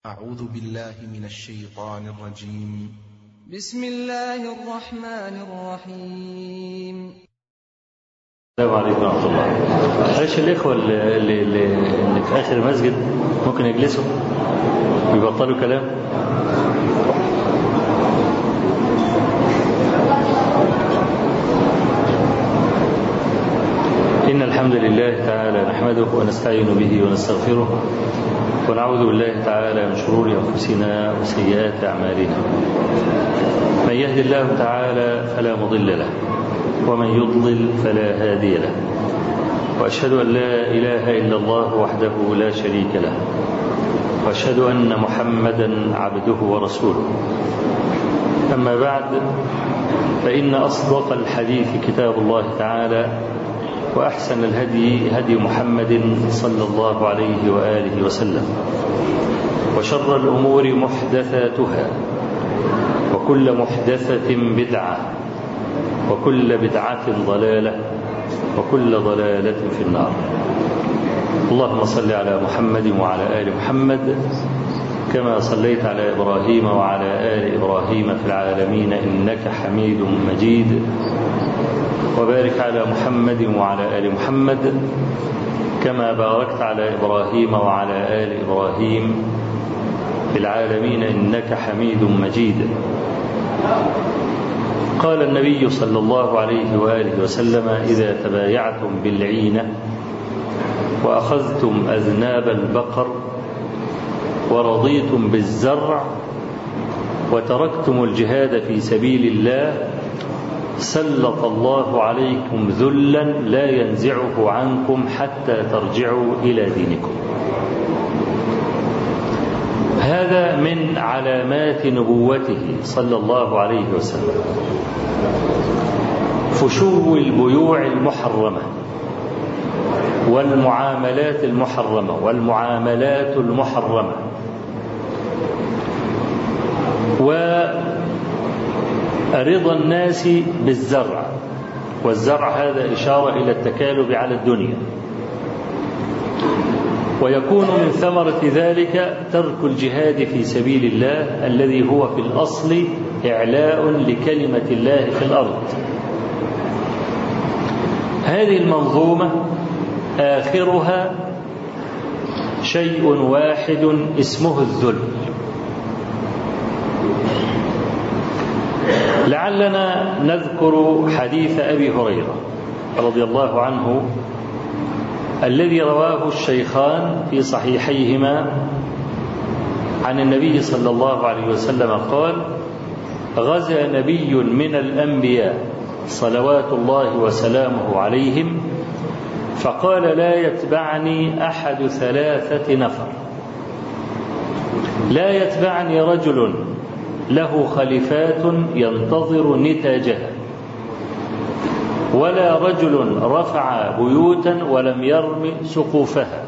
أعوذ بالله من الشيطان الرجيم. بسم الله الرحمن الرحيم. السلام عليكم ورحمة الله. عايش الإخوة اللي في آخر المسجد ممكن يجلسوا ويبطلوا كلام. إن الحمد لله تعالى نحمده ونستعين به ونستغفره ونعوذ بالله تعالى من شرور أنفسنا وسيئات أعمالنا. من يهد الله تعالى فلا مضل له ومن يضلل فلا هادي له، وأشهد أن لا إله إلا الله وحده لا شريك له، وأشهد أن محمدا عبده ورسوله. أما بعد، فإن أصدق الحديث كتاب الله تعالى، وأحسن الهدي هدي محمد صلى الله عليه وآله وسلم، وشر الأمور محدثاتها، وكل محدثة بدعة، وكل بدعة ضلالة، وكل ضلالة في النار. اللهم صل على محمد وعلى آل محمد كما صليت على إبراهيم وعلى آل إبراهيم في العالمين إنك حميد مجيد، وبارك على محمد وعلى آل محمد كما باركت على إبراهيم وعلى آل إبراهيم في العالمين إنك حميد مجيد. قال النبي صلى الله عليه وآله وسلم: إذا تبايعتم بالعينة وأخذتم أذناب البقر ورضيتم بالزرع وتركتم الجهاد في سبيل الله سلط الله عليكم ذلا لا ينزعه عنكم حتى ترجعوا إلى دينكم. هذا من علامات نبوته صلى الله عليه وسلم، فشو البيوع المحرمة والمعاملات المحرمة والمعاملات المحرمة، ورضا الناس بالزرع. والزرع هذا إشارة إلى التكالب على الدنيا، ويكون من ثمرة ذلك ترك الجهاد في سبيل الله الذي هو في الأصل إعلاء لكلمة الله في الأرض. هذه المنظومة آخرها شيء واحد اسمه الذل. لعلنا نذكر حديث أبي هريرة رضي الله عنه الذي رواه الشيخان في صحيحيهما عن النبي صلى الله عليه وسلم قال: غزا نبي من الأنبياء صلوات الله وسلامه عليهم، فقال: لا يتبعني أحد ثلاثة نفر. لا يتبعني رجل له خليفات ينتظر نتاجها، ولا رجل رفع بيوتا ولم يرم سقوفها،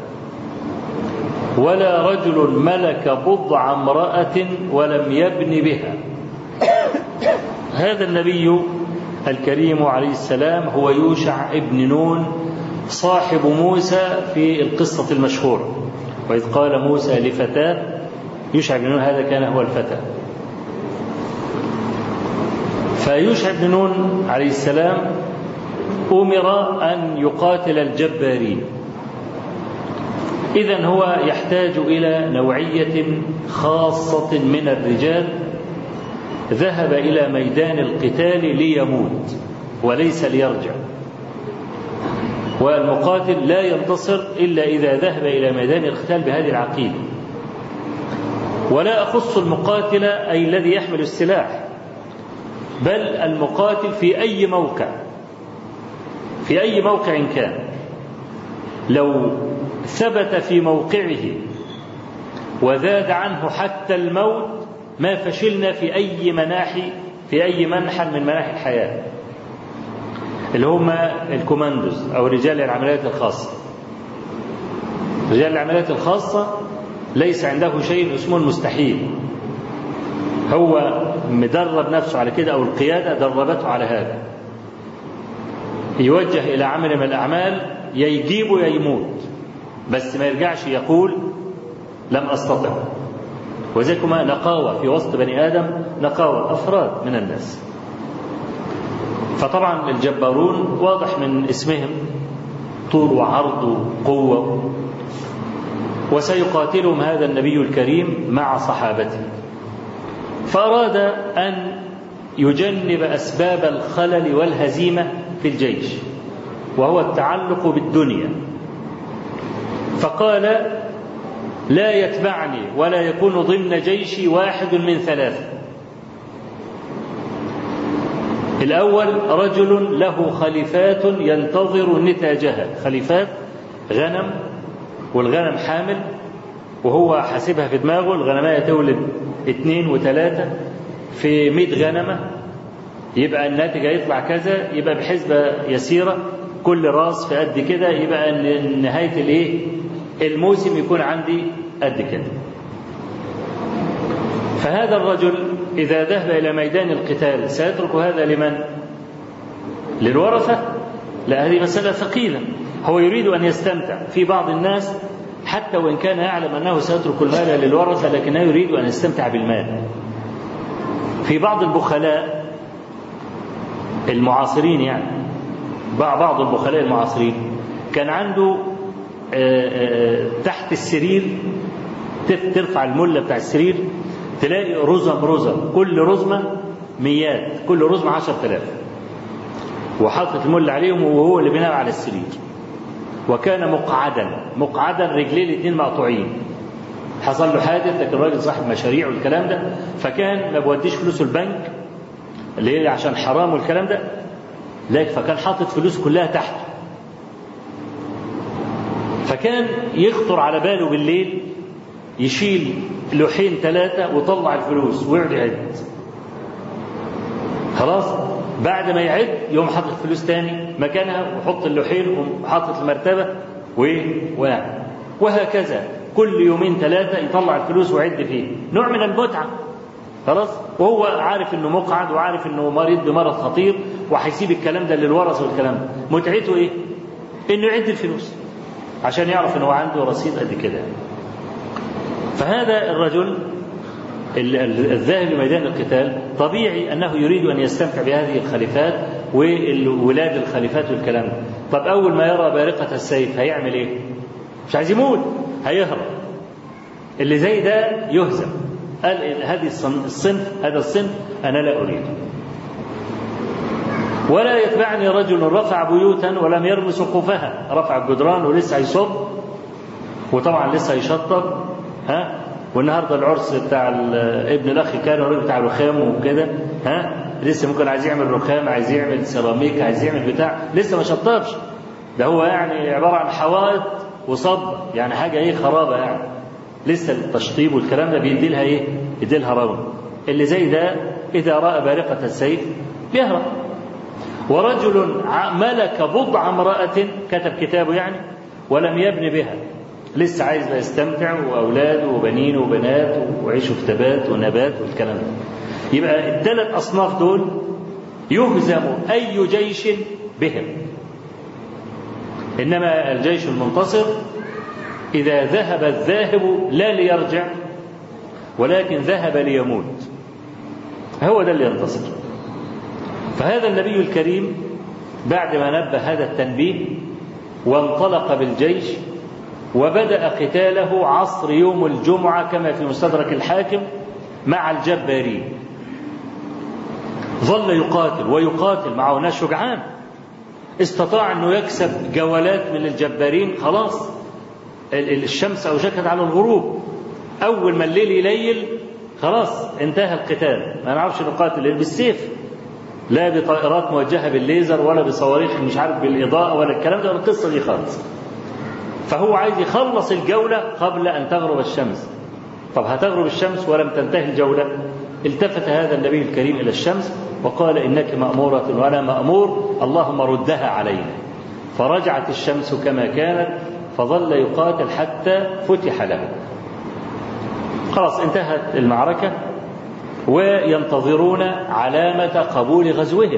ولا رجل ملك بضع امرأة ولم يبن بها. هذا النبي الكريم عليه السلام هو يوشع ابن نون صاحب موسى في القصة المشهورة، وإذ قال موسى لفتاه. يوشع بن نون هذا كان هو الفتى. فيوشع بن نون عليه السلام أمر أن يقاتل الجبارين. إذن هو يحتاج إلى نوعية خاصة من الرجال ذهب إلى ميدان القتال ليموت وليس ليرجع. والمقاتل لا ينتصر إلا إذا ذهب إلى ميدان القتال بهذه العقيدة. ولا أخص المقاتل أي الذي يحمل السلاح، بل المقاتل في أي موقع، في أي موقع كان، لو ثبت في موقعه وزاد عنه حتى الموت ما فشلنا في أي مناحي، في أي منحى من مناحي الحياة، اللي هم الكوماندوز أو رجال العمليات الخاصة. رجال العمليات الخاصة ليس عنده شيء اسمه المستحيل، هو مدرب نفسه على كده، أو القيادة دربته على هذا. يوجه إلى عمل من الأعمال يجيبه يموت، بس ما يرجعش يقول لم أستطع. وذلك نقاوة في وسط بني آدم، نقاوة أفراد من الناس. فطبعا الجبارون واضح من اسمهم طول وعرض وقوة، وسيقاتلهم هذا النبي الكريم مع صحابته. فأراد أن يجنب أسباب الخلل والهزيمة في الجيش، وهو التعلق بالدنيا. فقال: لا يتبعني ولا يكون ضمن جيشي واحد من ثلاثة. الأول رجل له خليفات ينتظر نتاجها، خليفات غنم، والغنم حامل، وهو حاسبها في دماغه، الغنمية تولد 2 و3 في 100 غنمة، يبقى الناتج هيطلع كذا، يبقى بحسبة يسيرة كل راس في قد كده، يبقى نهاية الموسم يكون عندي قد كده. فهذا الرجل إذا ذهب إلى ميدان القتال سيترك هذا لمن؟ للورثة؟ لا، هذه مسألة ثقيلة. هو يريد أن يستمتع. في بعض الناس حتى وإن كان يعلم أنه سيترك المال للورثة لكنه يريد أن يستمتع بالمال. في بعض البخلاء المعاصرين، يعني بعض البخلاء المعاصرين كان عنده تحت السرير، ترفع الملة بتاع السرير تلاقي رزم، كل رزمة 100، كل رزمة 10,000، وحاطط الملة عليهم وهو اللي بينام على السرير. وكان مقعدا رجليه الاثنين مقطوعين، حصل له حادث، لكن الراجل صاحب مشاريع والكلام ده، فكان ما بوديش فلوسه البنك اللي هي عشان حرام والكلام ده، لكن فكان حاطط فلوس كلها تحت. فكان يخطر على باله بالليل يشيل لوحين 3 ويطلع الفلوس ويقعد يعد. خلاص بعد ما يعد يوم حاطط فلوس تاني مكانها وحط اللوحين وحاطط المرتبة وهكذا كل 2 3 يطلع الفلوس ويعد فيه، نوع من المتعة. خلاص، وهو عارف انه مقعد وعارف انه مريض بمرض خطير وهيسيب الكلام ده للورثة والكلام ده. متعته ايه؟ انه يعد الفلوس عشان يعرف انه عنده رصيد قد كده. فهذا الرجل الذاهب لميدان القتال طبيعي أنه يريد أن يستمتع بهذه الخليفات وولاد الخليفات والكلام ده. طب أول ما يرى بارقة السيف هيعمل إيه؟ مش عايز يموت، هيهرب. اللي زي ده يهزم. قال هذا الصنف أنا لا أريده. ولا يتبعني رجل رفع بيوتا ولم يرمي سقوفها، رفع الجدران ولسه هيصب، وطبعا لسه هيشطب، والنهارده العرس بتاع ابن الاخ كان الراجل بتاع رخام وكده، لسه ممكن عايز يعمل رخام، عايز يعمل سيراميك، عايز يعمل بتاع، لسه ما شطبش. ده هو يعني عباره عن حوائط وصب، يعني حاجه خرابه، يعني لسه التشطيب والكلام ده بيدي لها يدي لها رونق. اللي زي ده اذا راى بارقه السيف يهرب. ورجل ملك بضع امراه، كتب كتابه يعني، ولم يبن بها، لسه عايز يستمتع، وأولاده وبنين وبنات وعيشوا في تبات ونبات والكلام ده. يبقى ال3 أصناف دول يهزم أي جيش بهم. إنما الجيش المنتصر إذا ذهب الذاهب لا ليرجع ولكن ذهب ليموت، هو ده اللي ينتصر. فهذا النبي الكريم بعد ما نبه هذا التنبيه وانطلق بالجيش وبدأ قتاله عصر يوم الجمعة كما في مستدرك الحاكم مع الجبارين. ظل يقاتل ويقاتل معه ناس شجعان، استطاع أنه يكسب جولات من الجبارين. خلاص الشمس أوشكت على الغروب، أول ما الليل يليل خلاص انتهى القتال. ما نعرفش نقاتل بالسيف، لا بطائرات موجهة بالليزر ولا بصواريخ مش عارف بالإضاءة ولا الكلام ده، القصة دي خالص. فهو عايز يخلص الجولة قبل أن تغرب الشمس. طب هتغرب الشمس ولم تنتهي الجولة. التفت هذا النبي الكريم إلى الشمس وقال إنك مأمورة وأنا مأمور، اللهم ردها علينا. فرجعت الشمس كما كانت، فظل يقاتل حتى فتح له. خلاص انتهت المعركة وينتظرون علامة قبول غزوهم.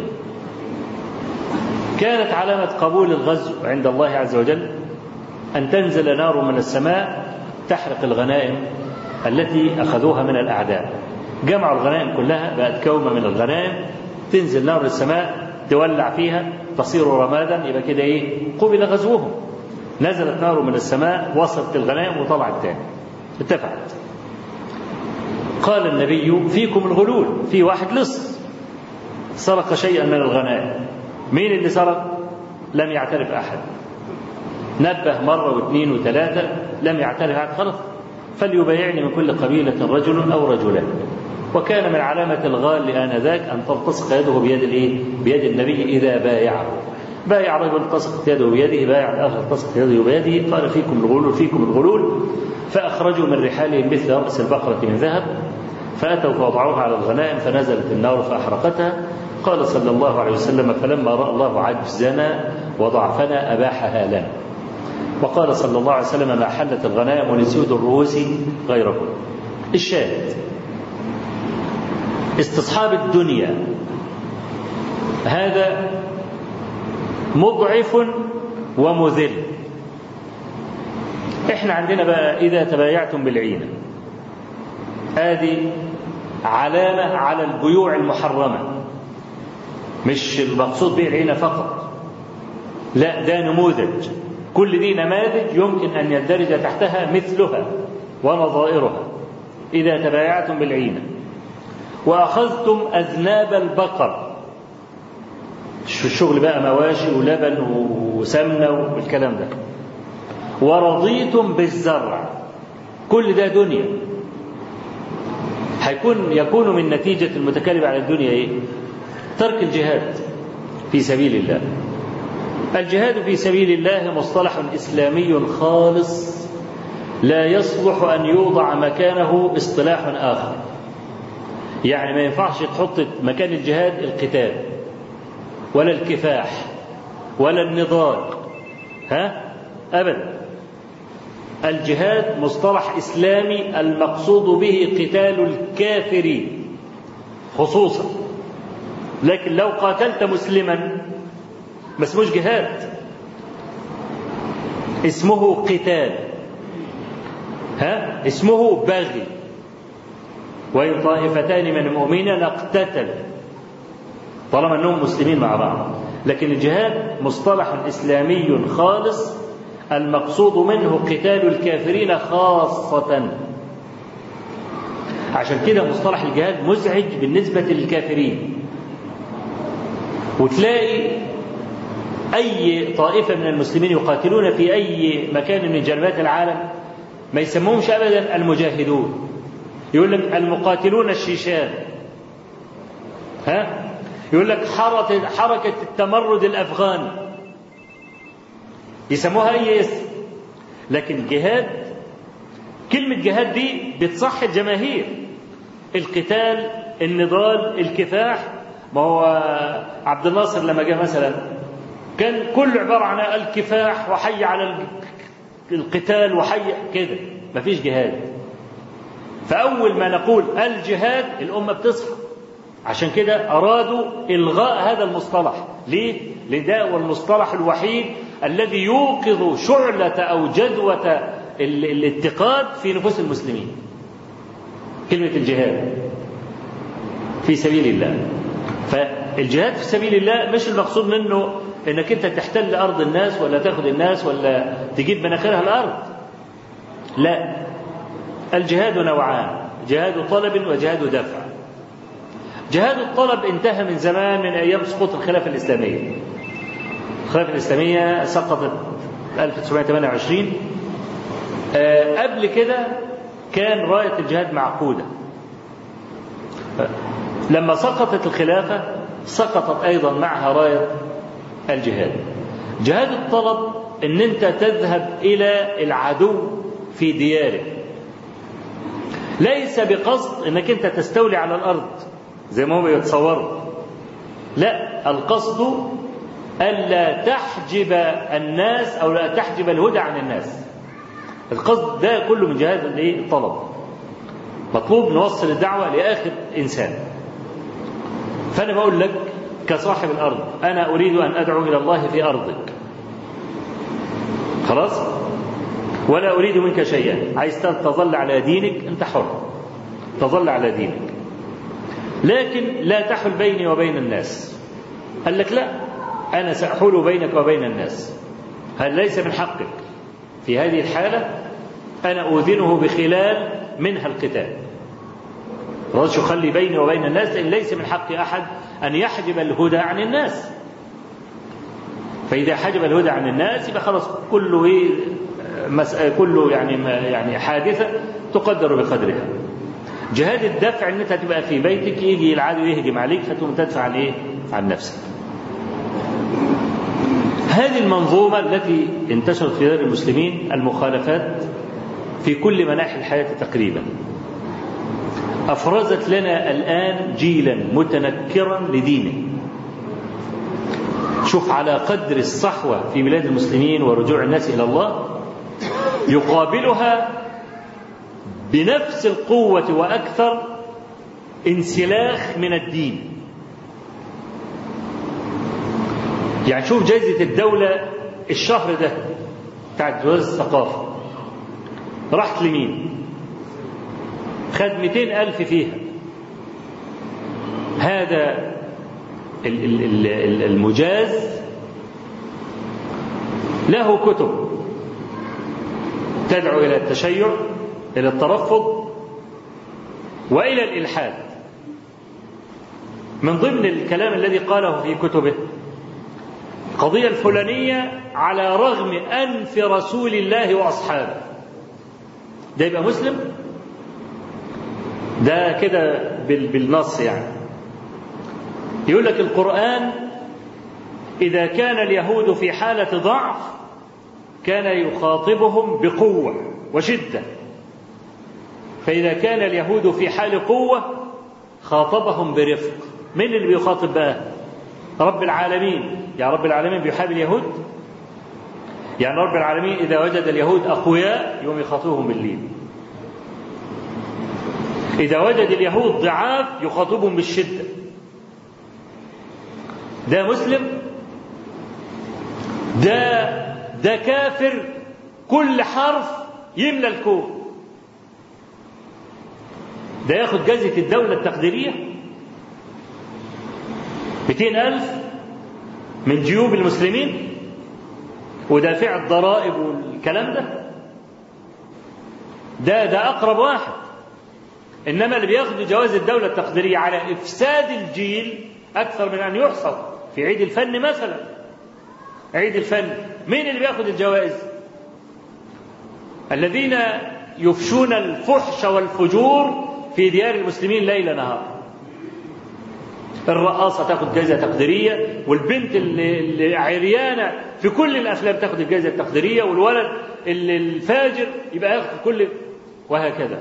كانت علامة قبول الغزو عند الله عز وجل أن تنزل نار من السماء تحرق الغنائم التي أخذوها من الأعداء. جمعوا الغنائم كلها، بقت كومة من الغنائم، تنزل نار السماء تولع فيها تصير رمادا، يبقى كده قبل غزوهم. نزلت نار من السماء وصلت الغنائم وطلعت تاني، اتفقت. قال النبي فيكم الغلول، في واحد لص سرق شيئا من الغنائم. مين اللي سرق؟ لم يعترف أحد. نبه مرة واثنين وثلاثة لم يعترف أحد، خلاص فليبايعني من كل قبيلة رجل أو رجلان. وكان من علامة الغال آنذاك أن تلتصق يده بيد النبي إذا بايعه. بايع رجل التصقت يده بيده، بايع الآخر التصقت يده بيده، قال فيكم الغلول فيكم الغلول. فأخرجوا من رحالهم مثل رأس البقرة من ذهب، فأتوا فوضعوها على الغنائم فنزلت النار فأحرقتها. قال صلى الله عليه وسلم فلما رأى الله عجزنا وضعفنا أباحها لنا. وقال صلى الله عليه وسلم ما حلت الغنائم لسود الرؤوس غيركم. الشاهد استصحاب الدنيا هذا مضعف ومذل. احنا عندنا بقى إذا تبايعتم بالعينة، هذه علامة على البيوع المحرمة، مش المقصود به العينة فقط، لا ده نموذج. كل دي نماذج يمكن أن يندرج تحتها مثلها ونظائرها. إذا تبايعتم بالعينة وأخذتم أذناب البقر، الشغل بقى مواشي ولبن وسمنة والكلام ده، ورضيتم بالزرع، كل ده دنيا. يكون من نتيجة المتكلم على الدنيا ترك الجهاد في سبيل الله. الجهاد في سبيل الله مصطلح إسلامي خالص، لا يصلح أن يوضع مكانه اصطلاح آخر. يعني ما ينفعش تحط مكان الجهاد القتال ولا الكفاح ولا النضال، أبدا. الجهاد مصطلح إسلامي المقصود به قتال الكافرين خصوصا. لكن لو قاتلت مسلما ما اسموش جهاد، اسمه قتال، اسمه بغي. وإن طائفتان من المؤمنين اقتتلوا، طالما أنهم مسلمين مع بعض. لكن الجهاد مصطلح إسلامي خالص المقصود منه قتال الكافرين خاصة. عشان كده مصطلح الجهاد مزعج بالنسبة للكافرين. وتلاقي أي طائفة من المسلمين يقاتلون في أي مكان من جنبات العالم ما يسموهمش أبدا المجاهدون، يقول لك المقاتلون الشيشان، يقول لك حركة التمرد الأفغاني، يسموها أي اسم. لكن جهاد، كلمة جهاد دي بتصح الجماهير، القتال، النضال، الكفاح. ما هو عبد الناصر لما جاء مثلا كان كل عبارة عن الكفاح وحي على القتال وحي كده، ما فيش جهاد. فأول ما نقول الجهاد الأمة بتصحى. عشان كده أرادوا إلغاء هذا المصطلح. ليه؟ لده هو المصطلح الوحيد الذي يوقظ شعلة أو جذوة الاتقاد في نفوس المسلمين. كلمة الجهاد في سبيل الله. فالجهاد في سبيل الله مش المقصود منه انك انت تحتل ارض الناس ولا تاخذ الناس ولا تجيب مناخيرها الارض. لا، الجهاد نوعان، جهاد طلب وجهاد دفع. جهاد الطلب انتهى من زمان، من ايام سقوط الخلافه الاسلاميه. الخلافه الاسلاميه سقطت 1928. قبل كده كان رايه الجهاد معقوده. لما سقطت الخلافه سقطت ايضا معها رايه الجهاد. جهاد الطلب ان انت تذهب الى العدو في دياره، ليس بقصد انك انت تستولي على الارض زي ما هم يتصوروا. لا، القصد الا تحجب الناس او لا تحجب الهدى عن الناس. القصد ده كله من جهاد الطلب. مطلوب نوصل الدعوه لاخر انسان. فانا بقول لك كصاحب الارض انا اريد ان ادعو الى الله في ارضك، خلاص، ولا أريد منك شيئا، عايز تظل على دينك أنت حر، تظل على دينك، لكن لا تحل بيني وبين الناس. قال لك لا، أنا سأحول بينك وبين الناس، هل ليس من حقك في هذه الحالة أنا أذنه بخلال منها القتال، رضش يخلي بيني وبين الناس، لأن ليس من حق أحد أن يحجب الهدى عن الناس. فإذا حجب الهدى عن الناس يبقى خلاص كله يعني حادثة تقدر بقدرها. جهاد الدفع ان انت تبقى في بيتك يجي العدو يهجم عليك فتقوم تدفع عن ايه؟ عن نفسك. هذه المنظومة التي انتشرت في دار المسلمين، المخالفات في كل مناحي الحياة تقريبا، أفرزت لنا الآن جيلا متنكرا لدينه. شوف على قدر الصحوة في بلاد المسلمين ورجوع الناس إلى الله، يقابلها بنفس القوة وأكثر انسلاخ من الدين. يعني شوف جائزة الدولة الشهر ده بتاعت جواز الثقافة راحت لمين؟ خد 200,000 فيها. هذا المجاز له كتب تدعو إلى التشيع، إلى الترفض، وإلى الإلحاد. من ضمن الكلام الذي قاله في كتبه القضية الفلانية على رغم أنف رسول الله وأصحابه. ده يبقى مسلم؟ ده كده بالنص يعني. يقول لك القرآن إذا كان اليهود في حالة ضعف كان يخاطبهم بقوة وشدة، فإذا كان اليهود في حال قوة خاطبهم برفق. من اللي بيخاطب بقى؟ رب العالمين. يعني رب العالمين بيحابي اليهود؟ يعني رب العالمين إذا وجد اليهود أقوياء يوم يخاطبهم باللين، إذا وجد اليهود ضعاف يخاطبهم بالشدة. ده مسلم؟ ده كافر كل حرف يملى الكون. ده ياخد جائزة الدولة التقديرية 200,000 من جيوب المسلمين ودافع الضرائب والكلام ده أقرب واحد. إنما اللي بياخد جواز الدولة التقديرية على إفساد الجيل أكثر من أن يحصل. في عيد الفن مثلا، عيد الفن مين اللي بياخد الجوائز؟ الذين يفشون الفحش والفجور في ديار المسلمين ليل نهار. الرقاصة تاخد جائزة تقديرية، والبنت اللي عريانة في كل الأفلام تاخد الجائزة التقديرية، والولد الفاجر يبقى ياخد كل، وهكذا.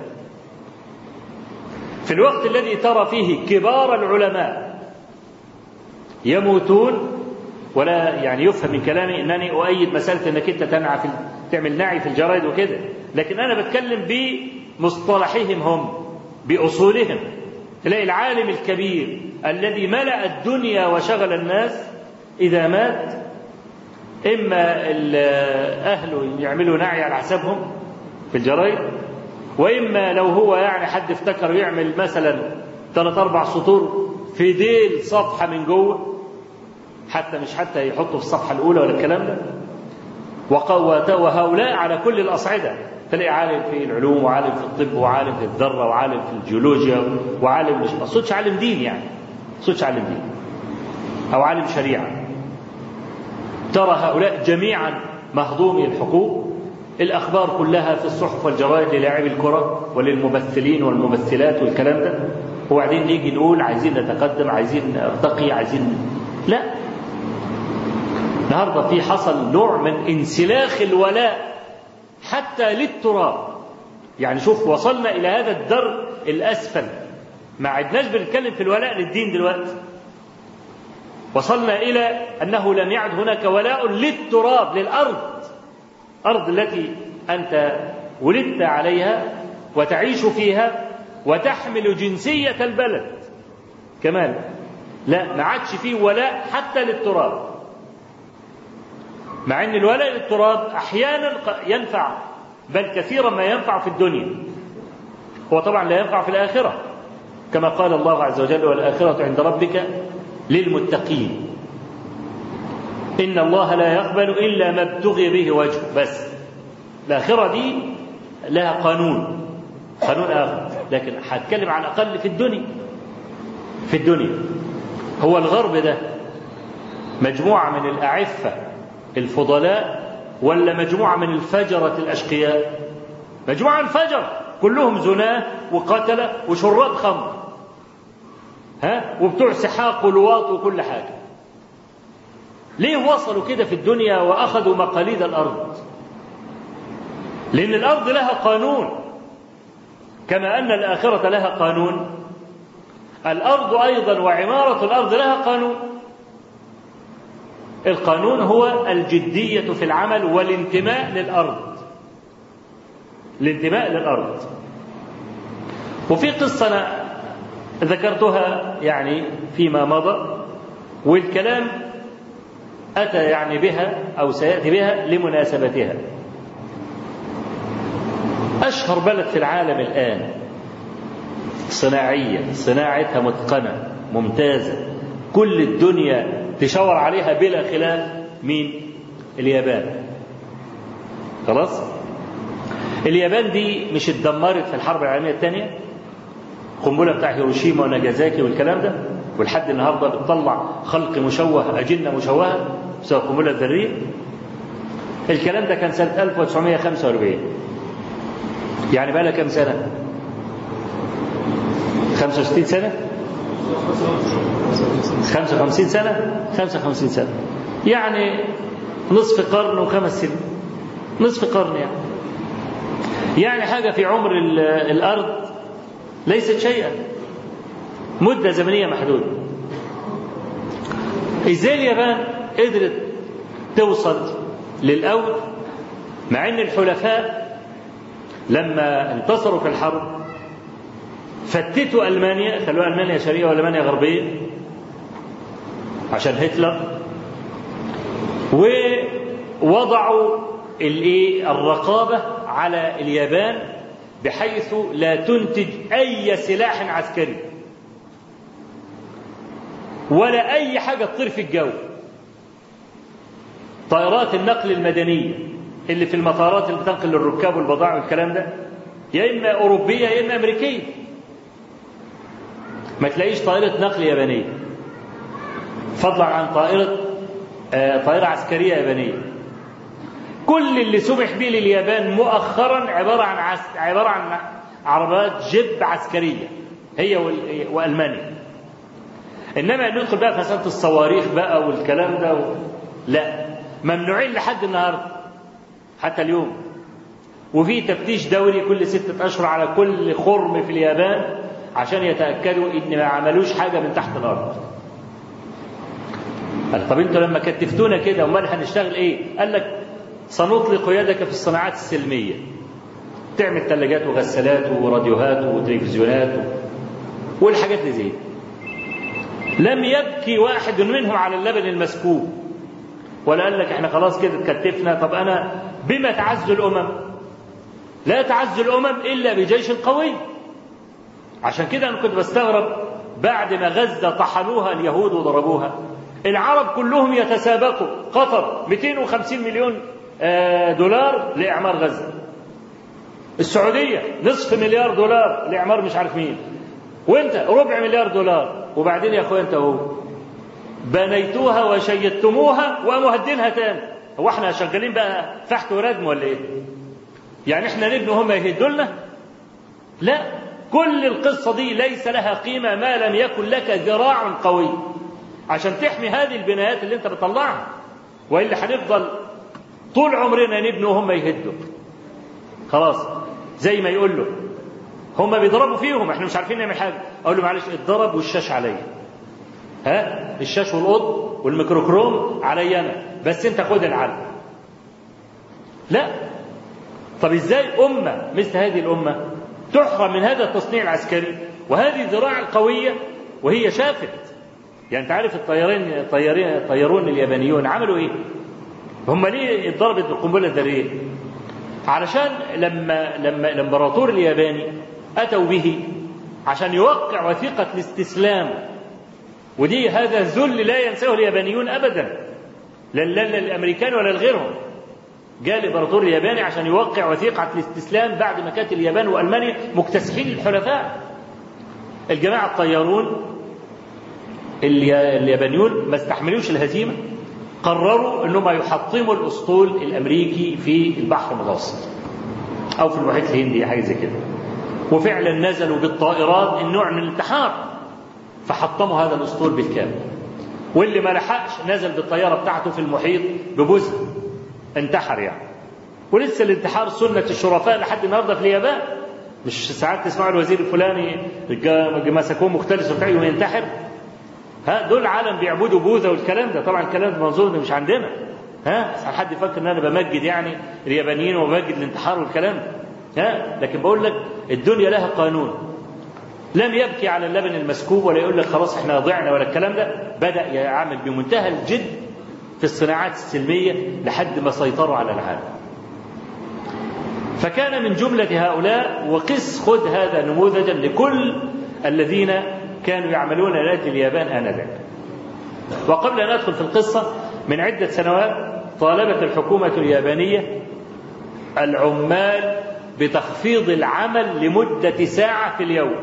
في الوقت الذي ترى فيه كبار العلماء يموتون، ولا يعني يفهم من كلامي أنني أؤيد مسألة أنك أنت تعمل نعي في الجرائد وكده، لكن أنا بتكلم بمصطلحهم هم، بأصولهم. تلاقي العالم الكبير الذي ملأ الدنيا وشغل الناس إذا مات إما أهله يعملوا نعي على حسابهم في الجرائد، وإما لو هو يعني حد افتكر يعمل مثلا 3-4 سطور في ديل صفحة من جوه، مش حتى يحطوا في الصفحة الأولى ولا الكلام ده. وهؤلاء على كل الأصعدة، تلاقي عالم في العلوم وعالم في الطب وعالم في الذرة وعالم في الجيولوجيا وعالم مش صوتش عالم دين، يعني صوتش عالم دين أو عالم شريعة. ترى هؤلاء جميعا مهضومي الحقوق، الأخبار كلها في الصحف والجرائد للاعبي الكرة وللممثلين والممثلات والكلام ده، وبعدين نيجي نقول عايزين نتقدم، عايزين نرتقي، عايزين، لا. النهارده في حصل نوع من انسلاخ الولاء حتى للتراب. يعني شوف وصلنا إلى هذا الدرب الأسفل، ما عدناش بنتكلم في الولاء للدين دلوقتي، وصلنا إلى أنه لم يعد هناك ولاء للتراب، للأرض، أرض التي أنت ولدت عليها وتعيش فيها وتحمل جنسية البلد كمان. لا، ما عادش فيه ولاء حتى للتراب، مع أن الولاء للتراب أحيانا ينفع بل كثيرا ما ينفع في الدنيا. هو طبعا لا ينفع في الآخرة، كما قال الله عز وجل: والآخرة عند ربك للمتقين. إن الله لا يقبل إلا ما ابتغي به وجهه. بس الآخرة دي لها قانون آخر، لكن هتكلم عن الأقل في الدنيا. هو الغرب ده مجموعة من الأعفة الفضلاء ولا مجموعة من الفجرة الأشقياء؟ مجموعة من الفجر، كلهم زناه وقتلة وشراب خمر، وبتوع سحاق ولواط وكل حاجة. ليه وصلوا كده في الدنيا وأخذوا مقاليد الأرض؟ لأن الأرض لها قانون، كما أن الآخرة لها قانون، الأرض أيضا وعمارة الأرض لها قانون. القانون هو الجدية في العمل والانتماء للأرض. وفي قصة أنا ذكرتها يعني فيما مضى، والكلام أتى يعني بها أو سيأتي بها لمناسبتها. أشهر بلد في العالم الآن صناعية، صناعتها متقنة ممتازة، كل الدنيا تشاور عليها بلا خلاف، مين؟ اليابان. خلاص؟ اليابان دي مش اتدمرت في الحرب العالمية الثانية؟ قنبلة بتاع هيروشيما وناجازاكي والكلام ده، ولحد النهارده بتطلع خلق مشوه، أجنة مشوهة بسبب القنبلة الذرية. الكلام ده كان سنة 1945، يعني بقى لها كم سنة؟ 65 سنة؟ 55 سنة؟ 55 سنة، يعني نصف قرن و5 سنين، نصف قرن يعني حاجة في عمر الأرض ليست شيئا، مدة زمنية محدودة. إزاي اليابان قدرت توصل للأول مع أن الحلفاء لما انتصروا في الحرب فتتوا ألمانيا، خلوها ألمانيا شرقية وألمانيا غربية عشان هتلر، ووضعوا الرقابة على اليابان بحيث لا تنتج أي سلاح عسكري ولا أي حاجة تطير في الجو. طائرات النقل المدنية اللي في المطارات اللي بتنقل الركاب والبضائع والكلام ده يا إما أوروبية يا إما أمريكية، ما تلاقيش طائرة نقل يابانية، فضلا عن طائرة عسكرية يابانية. كل اللي سمح به لليابان مؤخرا عبارة عن عربات جيب عسكرية هي وألمانيا. إنما ندخل بقى في مسألة الصواريخ بقى والكلام ده لا، ممنوعين لحد النهاردة حتى اليوم. وفي تفتيش دوري كل 6 أشهر على كل خرم في اليابان عشان يتأكدوا إن ما عملوش حاجة من تحت الأرض. قال طب انتوا لما كتفتونا كده امال هنشتغل ايه؟ قال لك سنطلق يدك في الصناعات السلمية، تعمل ثلاجات وغسالات وراديوهات وتلفزيونات والحاجات اللي زي. لم يبكي واحد منهم على اللبن المسكوب، ولا قال لك احنا خلاص كده اتكتفنا. طب انا بما تعز الامم؟ لا تعز الامم الا بجيش قوي. عشان كده انا كنت بستغرب بعد ما غزة طحنوها اليهود وضربوها، العرب كلهم يتسابقوا. قطر 250 مليون دولار لإعمار غزة، السعودية $500 مليار لإعمار مش عارف مين، وانت $250 مليار. وبعدين يا اخويا انت هو بنيتوها وشيدتموها ومهدينها تاني. هو احنا شغالين بقى فحت وردم ولا ايه؟ يعني احنا نبني وهم يهدوا لنا؟ لا، كل القصة دي ليس لها قيمة ما لم يكن لك ذراع قوي عشان تحمي هذه البنايات اللي انت بتطلعها، وإلا هنفضل طول عمرنا نبني وهم يهدوا. خلاص زي ما يقول له هم بيضربوا فيهم احنا مش عارفين نعمل حاجة، اقول له معلش اتضرب والشاش عليا، الشاش والقط والميكروكروم عليا انا، بس انت خد العلم. لا، طب ازاي أمة مثل هذه الأمة تحرم من هذا التصنيع العسكري وهذه الذراع القوية وهي شافت؟ يعني انت عارف الطيارون اليابانيون عملوا ايه؟ هم ليه اتضربت بالقنبلة الذرية؟ علشان لما الامبراطور الياباني أتوا به عشان يوقع وثيقة الاستسلام، ودي هذا ذل لا ينساه اليابانيون أبدا، لا الأمريكان ولا غيرهم. جاء الامبراطور الياباني عشان يوقع وثيقة الاستسلام بعد ما كانت اليابان وألمانيا مكتسحين الحلفاء. الجماعة الطيارون اليابانيون ما استحملوش الهزيمة، قرروا أنهم يحطموا الأسطول الأمريكي في البحر المتوسط أو في المحيط الهندي، حاجة زي كده. وفعلا نزلوا بالطائرات النوع من الانتحار، فحطموا هذا الأسطول بالكامل. واللي ما لحقش نزل بالطيارة بتاعته في المحيط ببوزة، انتحر يعني. ولسه الانتحار سنة الشرفاء لحد النهارده في اليابان. مش ساعات تسمعوا الوزير الفلاني مسكوه مختلس وبتاعه وينتحر؟ دول عالم بيعبدوا بوذا والكلام ده. طبعا الكلام ده منظور ده مش عندنا. حد يفكر ان انا بمجد يعني اليابانيين وبمجد الانتحار والكلام ده. لكن بقول لك الدنيا لها قانون. لم يبكي على اللبن المسكوب ولا يقول لك خلاص احنا ضعنا ولا الكلام ده. بدأ يعمل بمنتهى الجد في الصناعات السلمية لحد ما سيطروا على العالم. فكان من جملة هؤلاء، وقس خذ هذا نموذجا لكل الذين كانوا يعملون لآلات اليابان آنذاك. وقبل أن أدخل في القصة، من عدة سنوات طالبت الحكومة اليابانية العمال بتخفيض العمل لمدة ساعة في اليوم.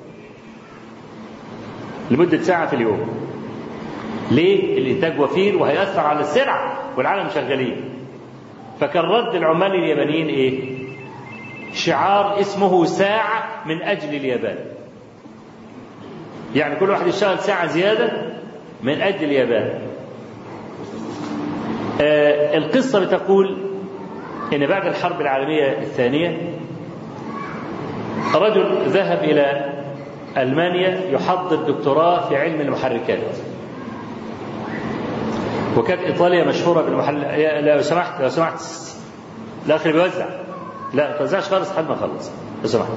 لمدة ساعة في اليوم. ليه؟ الإنتاج وفير وهيأثر على السرعة والعالم شغالين. فكان رد العمال اليابانيين إيه؟ شعار اسمه ساعة من أجل اليابان. يعني كل واحد يشتغل ساعة زيادة من أجل اليابان. القصة بتقول إن بعد الحرب العالمية الثانية رجل ذهب إلى ألمانيا يحضر دكتوراه في علم المحركات. وكانت إيطاليا مشهورة بالمحركات. لو سمحت الآخر بيوزع. لا ما توزعش خالص لحد ما أخلص لو سمحت.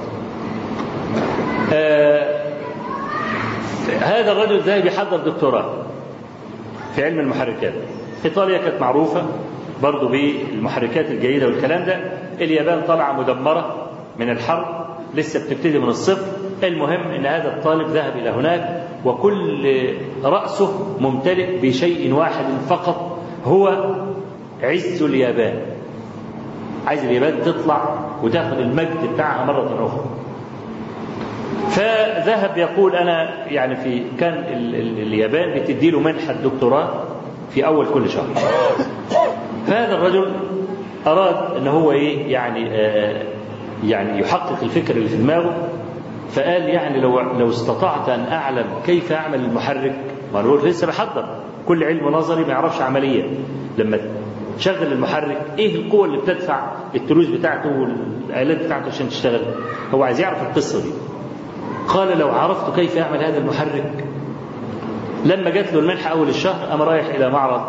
هذا الرجل ذهب يحضر دكتوراه في علم المحركات. إيطاليا كانت معروفة برضو بالمحركات الجيدة والكلام ده. اليابان طالعة مدمرة من الحرب، لسه بتبتدي من الصفر. المهم ان هذا الطالب ذهب الى هناك وكل رأسه ممتلئ بشيء واحد فقط، هو عز اليابان. عايز اليابان تطلع وتاخذ المجد بتاعها مرة أخرى. فذهب يقول أنا يعني كان اليابان بتدي له منحة دكتوراه في أول كل شهر. فهذا الرجل أراد أن هو يعني يحقق الفكر اللي في دماغه. فقال يعني لو استطعت أن أعلم كيف أعمل المحرك، ما هو لسه بحضر كل علم نظري ما يعرفش عملية. لما تشغل المحرك إيه القوة اللي بتدفع التروس بتاعته والآلات بتاعته عشان تشتغل، هو عايز يعرف القصة دي. قال لو عرفت كيف أعمل هذا المحرك. لما جات له المنحة أول الشهر قام رايح إلى معرض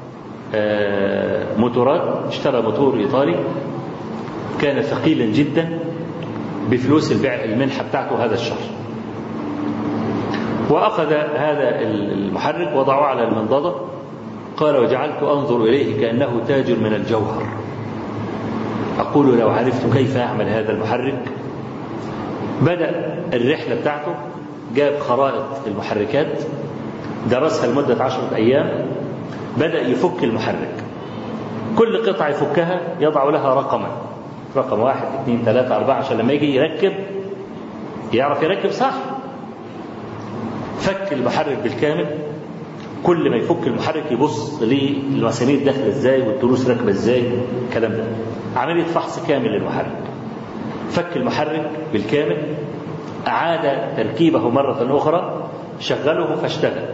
موتورات، اشترى موتور إيطالي كان ثقيلا جدا بفلوس المنحة بتاعته هذا الشهر. وأخذ هذا المحرك وضعه على المنضدة. قال وجعلت أنظر إليه كأنه تاج من الجوهر. أقول لو عرفت كيف أعمل هذا المحرك. بدأ الرحلة بتاعته، جاب خرائط المحركات درسها لمدة 10 أيام. بدأ يفك المحرك، كل قطعة يفكها يضع لها رقما، رقم 1 2 3 4 عشان لما يجي يركب يعرف يركب صح. فك المحرك بالكامل. كل ما يفك المحرك يبص للمسامير داخله ازاي والتروس راكبه ازاي، الكلام ده عملية فحص كامل للمحرك. فك المحرك بالكامل، أعاد تركيبه مرة أخرى، شغله فاشتغل.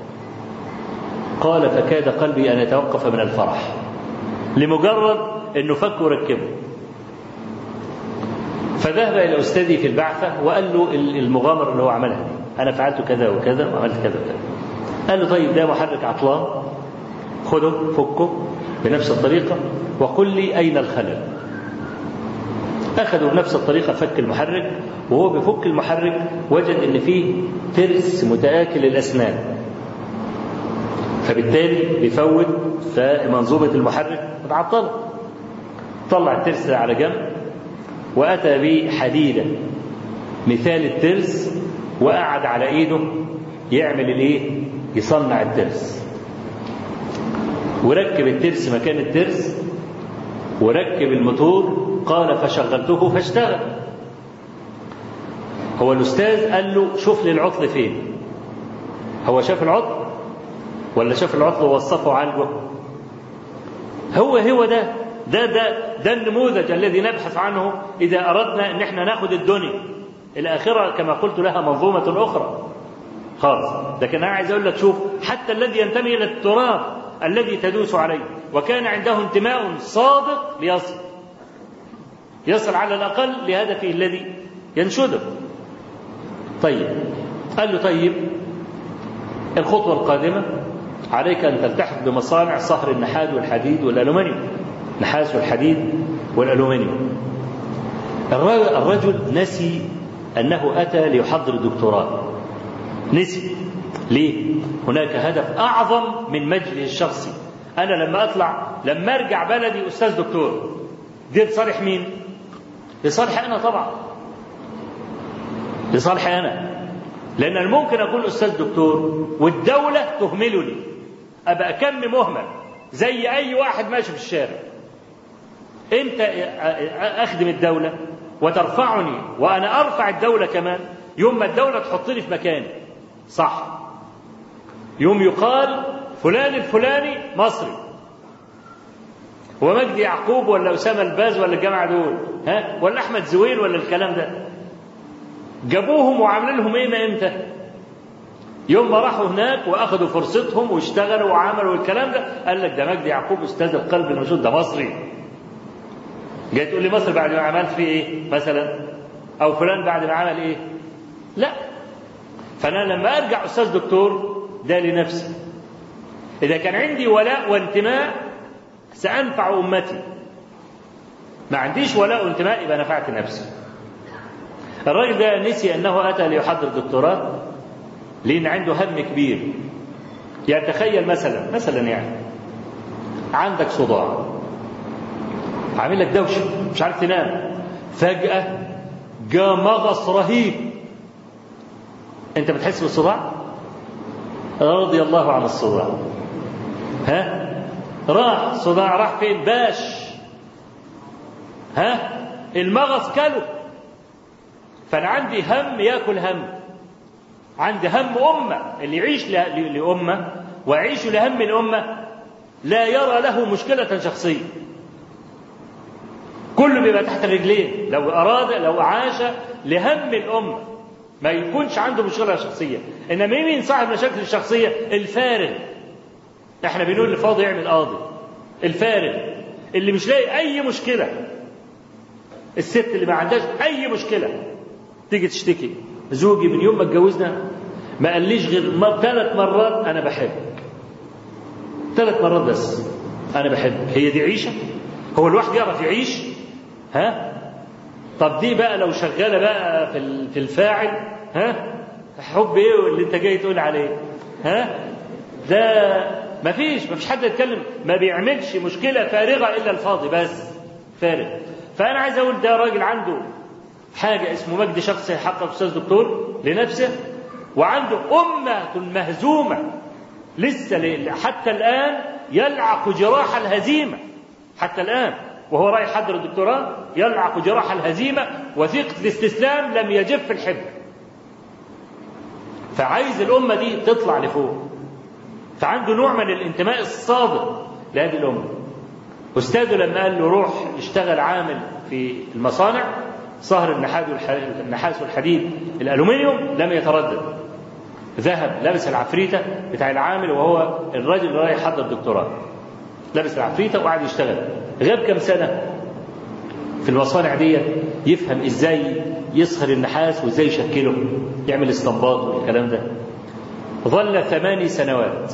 قال فكاد قلبي أن يتوقف من الفرح لمجرد أنه فك وركبه. فذهب إلى أستاذي في البعثة وقال له المغامرة اللي هو عملها دي، أنا فعلت كذا وكذا وعملت كذا وكذا. قال له طيب ده محرك عطلان، خده فكه بنفس الطريقة وقل لي أين الخلل. أخذوا بنفس الطريقة، فك المحرك، وهو بفك المحرك وجد أن فيه ترس متآكل الأسنان، فبالتالي بيفوت فمنظومة المحرك متعطلة. طلع الترس ده على جنب، وأتى بحديدة مثال الترس، وقعد على إيده يعمل الإيه؟ يصنع الترس، وركب الترس مكان الترس، وركب الموتور. قال فشغلته فاشتغل. هو الأستاذ قال له شوف لي العطل فين. هو شاف العطل ولا شاف العطل ووصفه وعالجه؟ هو ده النموذج الذي نبحث عنه إذا أردنا أن احنا ناخد الدنيا. الآخرة كما قلت لها منظومة أخرى خالص. لكن أنا عايز أقول لك شوف، حتى الذي ينتمي إلى التراب الذي تدوس عليه وكان عنده انتماء صادق يصل على الأقل لهدفه الذي ينشده. طيب، قال له طيب الخطوة القادمة عليك أن تلتحق بمصانع صهر النحاس والحديد والألومنيوم، النحاس والحديد والألومنيوم. الرجل نسي أنه أتى ليحضر دكتوراه، نسي. ليه؟ هناك هدف أعظم من مجلس الشخصي. أنا لما أرجع بلدي أستاذ دكتور، دي لصالح مين؟ لصالح أنا طبعا، لصالح أنا، لأن ممكن أكون أستاذ دكتور والدولة تهملني، أبقى كم مهمل زي أي واحد ماشي في الشارع. أنت أخدم الدولة وترفعني وأنا أرفع الدولة كمان، يوم ما الدولة تحطني في مكاني صح، يوم يقال فلان الفلاني مصري، ومجدي يعقوب ولا أسامة الباز ولا الجماعة دول ولا أحمد زويل ولا الكلام ده، جابوهم وعاملين لهم إيه إمتى؟ يوم ما راحوا هناك وأخذوا فرصتهم واشتغلوا وعملوا الكلام ده، قال لك ده مجدي يعقوب أستاذ القلب الموجود ده مصري. جاي تقول لي مصر بعد ما عمل فيه إيه مثلا، أو فلان بعد ما عمل إيه؟ لا. فأنا لما أرجع أستاذ دكتور ده لنفسي، إذا كان عندي ولاء وانتماء سأنفع أمتي، ما عنديش ولاء وانتماء يبقى نفعت نفسي. الراجل ده نسي أنه أتى ليحضر دكتوراه لأن عنده هم كبير. يعني تخيل مثلا يعني عندك صداع عامل لك دوشة مش عارف تنام، فجأة جاء مغص رهيب، أنت بتحس بالصداع؟ رضي الله عن الصداع. راح صداع، راح فين؟ باش. المغص كله. فأنا عندي هم يأكل هم، عندي هم أمة، اللي يعيش لأمة ويعيش لهم الأمة لا يرى له مشكلة شخصية، كله بيبقى تحت الرجلين. لو عاش لهم الأمة ما يكونش عنده مشكلة شخصية. إنما مين صاحب مشاكل الشخصية؟ الفارغ. احنا بنقول الفاضي يعمل قاضي. الفارغ اللي مش لاقي أي مشكلة، الست اللي ما عندهاش أي مشكلة تيجي تشتكي، زوجي من يوم ما اتجوزنا ما قاليش غير 3 مرات أنا بحبك، 3 مرات بس أنا بحبك. هي دي عيشة؟ هو الواحد يعرف يعيش؟ طب دي بقى لو شغالة بقى في الفاعل، حب ايه اللي انت جاي تقول عليه؟ ده مفيش حد يتكلم، ما بيعملش مشكلة فارغة إلا الفاضي بس فارغ. فأنا عايز أقول ده راجل عنده حاجة اسمه مجد شخصي يحقق أستاذ دكتور لنفسه، وعنده أمة مهزومة لسه حتى الآن يلعق جراح الهزيمة، حتى الآن وهو رايح يحضر الدكتوراه يلعق جراح الهزيمة، وثيقة الاستسلام لم يجف الحب. فعايز الأمة دي تطلع لفوق، فعنده نوع من الانتماء الصادق لهذه الأمة. أستاذه لما قال له روح اشتغل عامل في المصانع صهر النحاس والحديد الألومنيوم، لم يتردد، ذهب لبس العفريتة بتاع العامل وهو الرجل اللي رايح يحضر الدكتوراه، لبس العفريتة وقعد يشتغل. غاب كم سنة في المصانع دي يفهم ازاي يصهر النحاس وازاي يشكله، يعمل استنباط والكلام ده. ظل 8 سنوات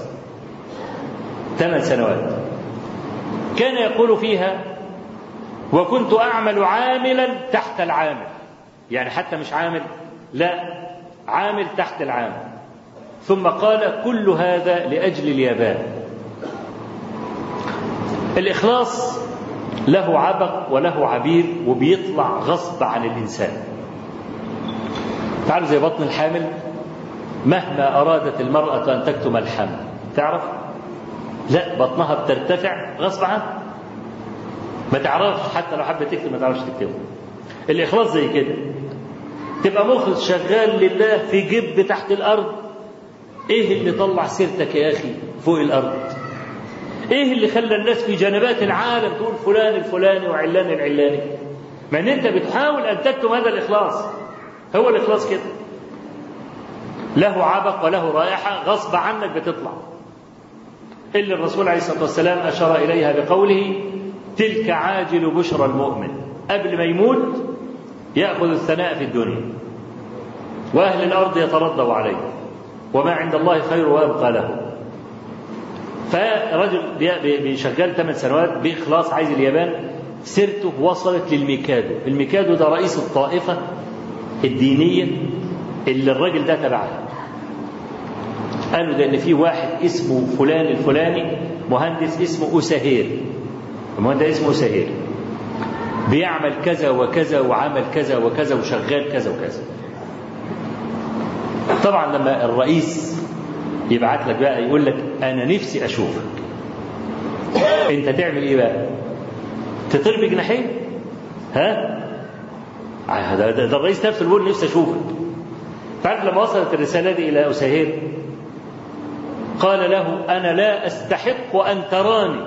كان يقول فيها وكنت أعمل عاملا تحت العامل، يعني حتى مش عامل، لا عامل تحت العامل. ثم قال كل هذا لأجل اليابان. الإخلاص له عبق وله عبير وبيطلع غصب عن الإنسان. تعرف زي بطن الحامل، مهما أرادت المرأة أن تكتم الحمل تعرف لا، بطنها بترتفع غصب عنها، ما تعرفش حتى لو حبت تكتم ما تعرفش تكتمه. الإخلاص زي كده، تبقى مخلص شغال لله في جب تحت الأرض. إيه اللي طلع سيرتك يا أخي فوق الأرض؟ إيه اللي خلى الناس في جنبات العالم تقول فلان الفلاني وعلان العلاني؟ ما إن أنت بتحاول أن تكتم هذا الإخلاص. هو الإخلاص كده، له عبق وله رائحة غصب عنك بتطلع، اللي الرسول عليه الصلاة والسلام أشار إليها بقوله: تلك عاجل بشرى المؤمن. قبل ما يموت يأخذ الثناء في الدنيا، وأهل الأرض يترضوا عليه، وما عند الله خير وأبقى له. فرجل بيشغل 8 سنوات بإخلاص عايز اليابان، سيرته وصلت للميكادو. الميكادو ده رئيس الطائفة الدينية اللي الراجل ده تبعها. قالوا ده ان في واحد اسمه فلان الفلاني مهندس اسمه أساهير، المهندس اسمه أساهير بيعمل كذا وكذا وعمل كذا وكذا وشغال كذا وكذا. طبعا لما الرئيس يبعت لك بقى يقول لك انا نفسي اشوفك، انت تعمل ايه بقى؟ تطير بجناحين؟ ده الرئيس نفسه بيقول نفسي اشوفك. تعرف لما وصلت الرسالة دي إلى أساهير قال له: أنا لا أستحق أن تراني،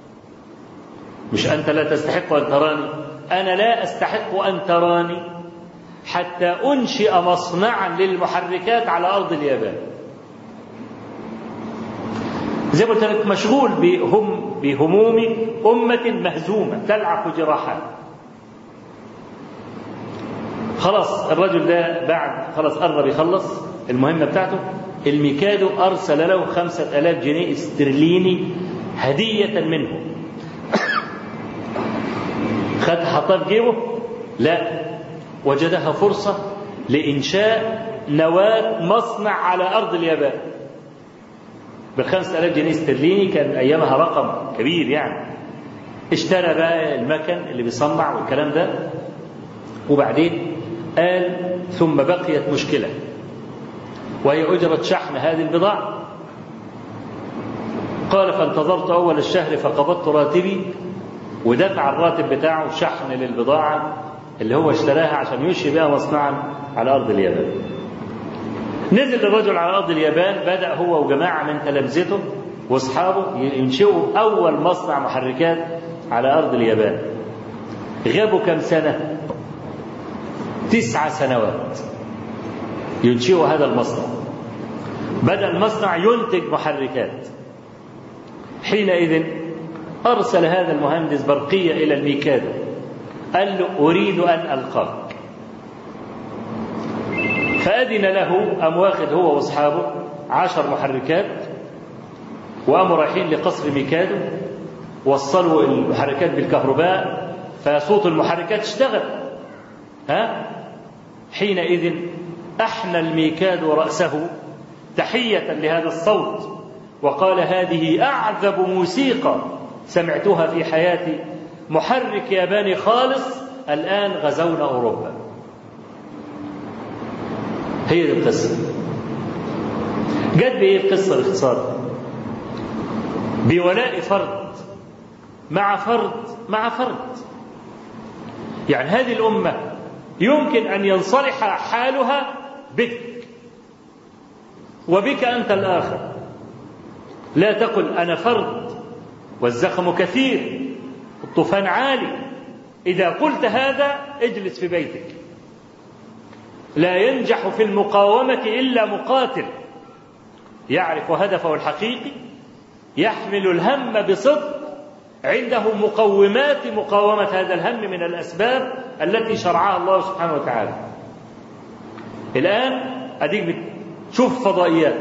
مش أنت لا تستحق أن تراني، أنا لا أستحق أن تراني حتى أنشئ مصنعا للمحركات على أرض اليابان. زي ما قلت لك مشغول بهموم أمة مهزومة تلعق جراحات. خلاص الرجل ده بعد خلاص قرب يخلص المهمة بتاعته، الميكادو أرسل له 5000 جنيه استرليني هدية منه. خد حطها في جيبه؟ لا، وجدها فرصة لإنشاء نواة مصنع على أرض اليابان ب5000 جنيه استرليني، كان أيامها رقم كبير يعني. اشترى بقى المكن اللي بيصنع والكلام ده، وبعدين قال ثم بقيت مشكلة وهي أجرة شحن هذه البضاعة. قال: فانتظرت أول الشهر فقبضت راتبي، ودفع الراتب بتاعه شحن للبضاعة اللي هو اشتراها عشان ينشئ بها مصنعا على أرض اليابان. نزل الرجل على أرض اليابان، بدأ هو وجماعة من تلامذته وأصحابه ينشئوا أول مصنع محركات على أرض اليابان. غابوا كم سنة؟ 9 سنوات ينشئوا هذا المصنع. بدأ المصنع ينتج محركات. حينئذ أرسل هذا المهندس برقية إلى الميكادو، قال له: أريد أن ألقاك. فأذن له، قام واخد هو وأصحابه 10 محركات وقاموا رايحين لقصر ميكادو، وصلوا المحركات بالكهرباء فصوت المحركات اشتغل. حينئذ أحنى الميكادو رأسه تحية لهذا الصوت وقال: هذه أعذب موسيقى سمعتها في حياتي، محرك ياباني خالص، الآن غزونا أوروبا. هي دي القصة. جت بإيه القصة باختصار؟ بولاء فرد مع فرد مع فرد. يعني هذه الأمة يمكن أن ينصلح حالها بك وبك أنت الآخر. لا تقل أنا فرد والزخم كثير الطوفان عالي، إذا قلت هذا اجلس في بيتك. لا ينجح في المقاومة إلا مقاتل يعرف هدفه الحقيقي، يحمل الهم بصدق، عنده مقومات مقاومة هذا الهم من الأسباب التي شرعها الله سبحانه وتعالى. الآن أديك بتشوف فضائيات،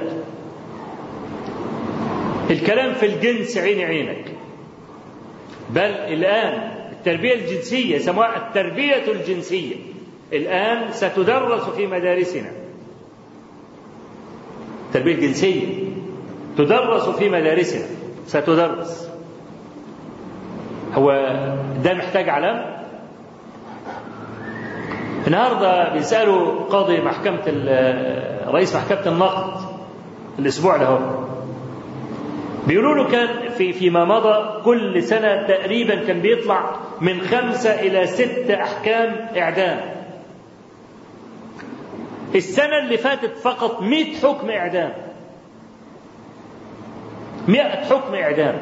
الكلام في الجنس عينك، بل الآن التربية الجنسية يسموها التربية الجنسية الآن ستدرس في مدارسنا. التربية الجنسية تدرس في مدارسنا، ستدرس. هو ده محتاج علام؟ النهارده بيسألوا قاضي رئيس محكمة النقد الأسبوع ده، بيقولوا له كان فيما مضى كل سنة تقريبا كان بيطلع من 5 إلى 6 أحكام إعدام. السنة اللي فاتت فقط 100 حكم إعدام، 100 حكم إعدام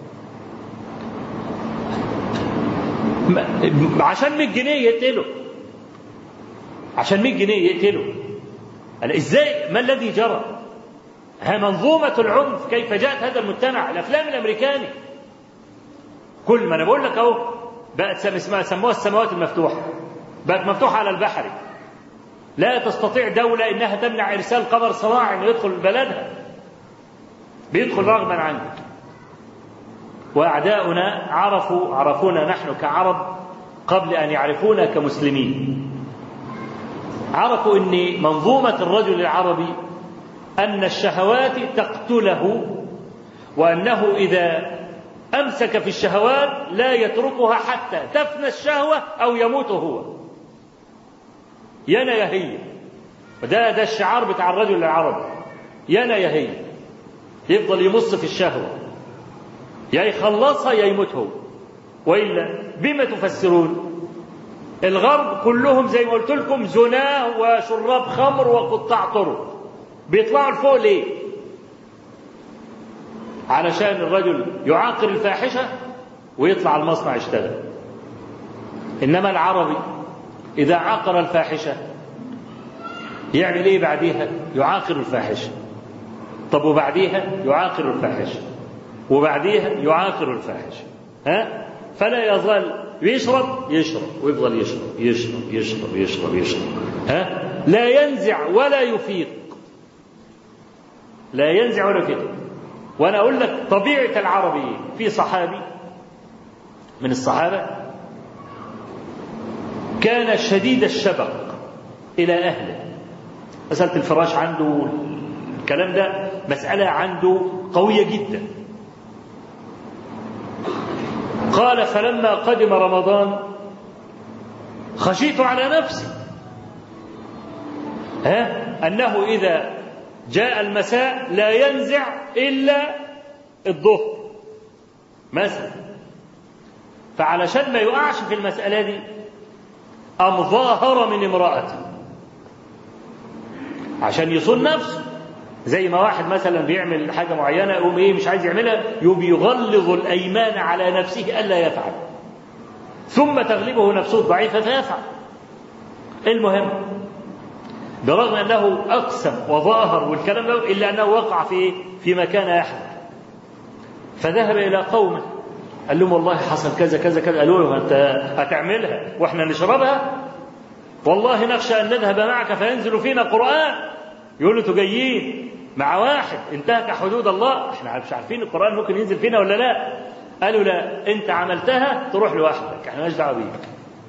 عشان 100 جنيه يقتله، عشان 100 جنيه يقتله. إزاي؟ ما الذي جرى؟ ها منظومة العنف كيف جاءت هذا المجتمع. الأفلام الأمريكاني كل ما أنا بقول لك أهو بقت سموها السماوات المفتوحة، بقت مفتوحة على البحر، لا تستطيع دولة إنها تمنع إرسال قمر صناعي إنه يدخل بلدها، بيدخل رغما عنك. وأعداؤنا عرفونا نحن كعرب قبل أن يعرفونا كمسلمين. عرفوا أن منظومة الرجل العربي أن الشهوات تقتله، وأنه إذا أمسك في الشهوات لا يتركها حتى تفنى الشهوة أو يموت هو. يانا يا هي، وده الشعار بتاع الرجل العربي، يانا يا هي، يفضل يمص في الشهوة، يا يخلصها يا يموت هو. وإلا بما تفسرون؟ الغرب كلهم زي ما قلت لكم زناه وشراب خمر وقطاع طرق، بيطلعوا لفوق ليه؟ علشان الرجل يعاقر الفاحشة ويطلع المصنع يشتغل. إنما العربي إذا عاقر الفاحشة يعمل إيه بعديها؟ يعاقر الفاحشة. طب وبعديها يعاقر الفاحشة، وبعديها يعاقر الفاحشة، فلا يظل يشرب ويفضل يشرب، لا ينزع ولا يفيق، لا ينزع ولا يفيق. وأنا أقول لك طبيعة العربي. في صحابي من الصحابة كان شديد الشبق إلى أهله، مسألة الفراش عنده الكلام ده مسألة عنده قوية جدا. قال فلما قدم رمضان خشيت على نفسي أنه إذا جاء المساء لا ينزع إلا الظهر مثلا، فعلشان ما يقعش في المسألة دي أم ظاهر من امرأته عشان يصون نفسه. زي ما واحد مثلا بيعمل حاجة معينة يقوم مش عايز يعملها، يغلظ الأيمان على نفسه ألا يفعل، ثم تغلبه نفسه الضعيفة فيفعل. المهم برغم أنه أقسم وظاهر والكلام ده إلا أنه وقع في مكان يحدث. فذهب إلى قومه قال لهم والله حصل كذا كذا كذا. قالوا له أنت هتعملها وإحنا نشربها؟ والله نخشى أن نذهب معك فينزل فينا قرآن. يقول له جايين مع واحد انتهك حدود الله، احنا مش عارفين القرآن ممكن ينزل فينا ولا لا. قالوا لا، انت عملتها تروح لوحدك، احنا مالناش دعوه بيك.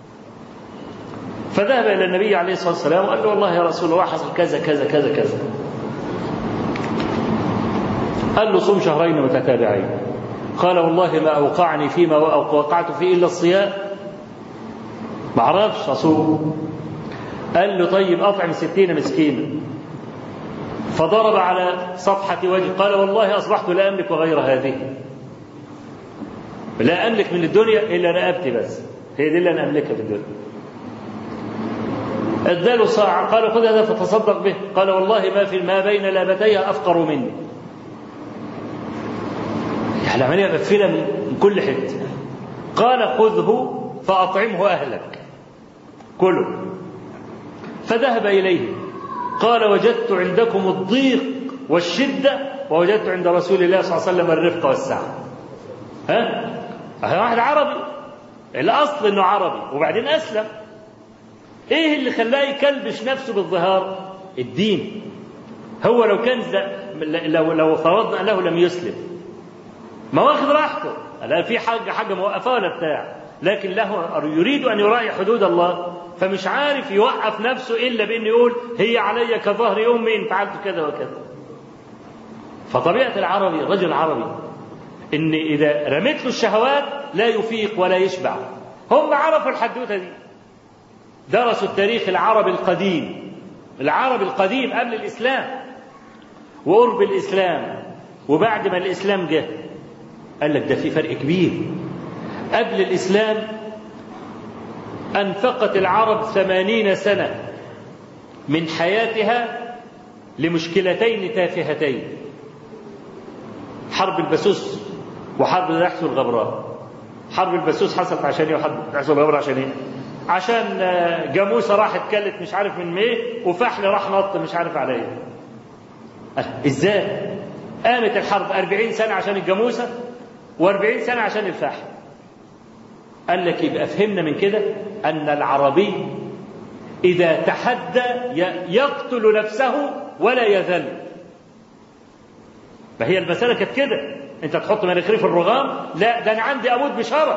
فذهب الى النبي عليه الصلاه والسلام وقال له والله يا رسول الله حصل كذا كذا كذا كذا. قال له صم شهرين متتابعين. قال والله ما اوقعني فيما وقعت فيه الا الصيام، ما اعرفش اصوم. قال له طيب اطعم 60 مسكينا. فضرب على صفحة وجهه قال والله أصبحت لا أملك غير هذه، لا أملك من الدنيا إلا رقبتي بس، هي دي اللي أنا أملكها في الدنيا. اداله صاع قال خذ هذا فتصدق به. قال والله ما بين لابتيها أفقر مني. يعني العملية مقفلة من كل حتة. قال خذه فأطعمه أهلك كله. فذهب إليه قال وجدت عندكم الضيق والشدة ووجدت عند رسول الله صلى الله عليه وسلم الرفق والسعة. واحد عربي، الأصل إنه عربي وبعدين أسلم. إيه اللي خلاه يكلبش نفسه بالظهار؟ الدين. هو لو كان لو فرضنا أنه لم يسلم ما واخد راحته، لا في حاجة موقفة ولا بتاع، لكن له يريد أن يراعي حدود الله، فمش عارف يوقف نفسه إلا بأن يقول هي علي كظهر أمي إن فعلت كذا وكذا. فطبيعة العربي الرجل العربي إن إذا رميت له الشهوات لا يفيق ولا يشبع. هم عرفوا الحدوتة دي، درسوا التاريخ العربي القديم، العربي القديم قبل الإسلام وقرب الإسلام وبعد ما الإسلام جه. قال لك ده في فرق كبير. قبل الإسلام أنفقت العرب 80 سنة من حياتها لمشكلتين تافهتين: حرب البسوس وحرب الرحس والغبراء. حرب البسوس حصلت عشان ايه وحرب الرحس والغبراء عشان ايه؟ عشان جاموسة راحت كلت مش عارف من ايه وفحل راح نط مش عارف على ايه. ازاي قامت الحرب 40 سنة عشان الجاموسة و40 سنة عشان الفحل؟ قال لك يبقى فهمنا من كده أن العربي إذا تحدى يقتل نفسه ولا يذل. فهي المسألة كانت كده، أنت تحط مناخيري في الرغام؟ لا، ده أنا عندي أموت بشرف.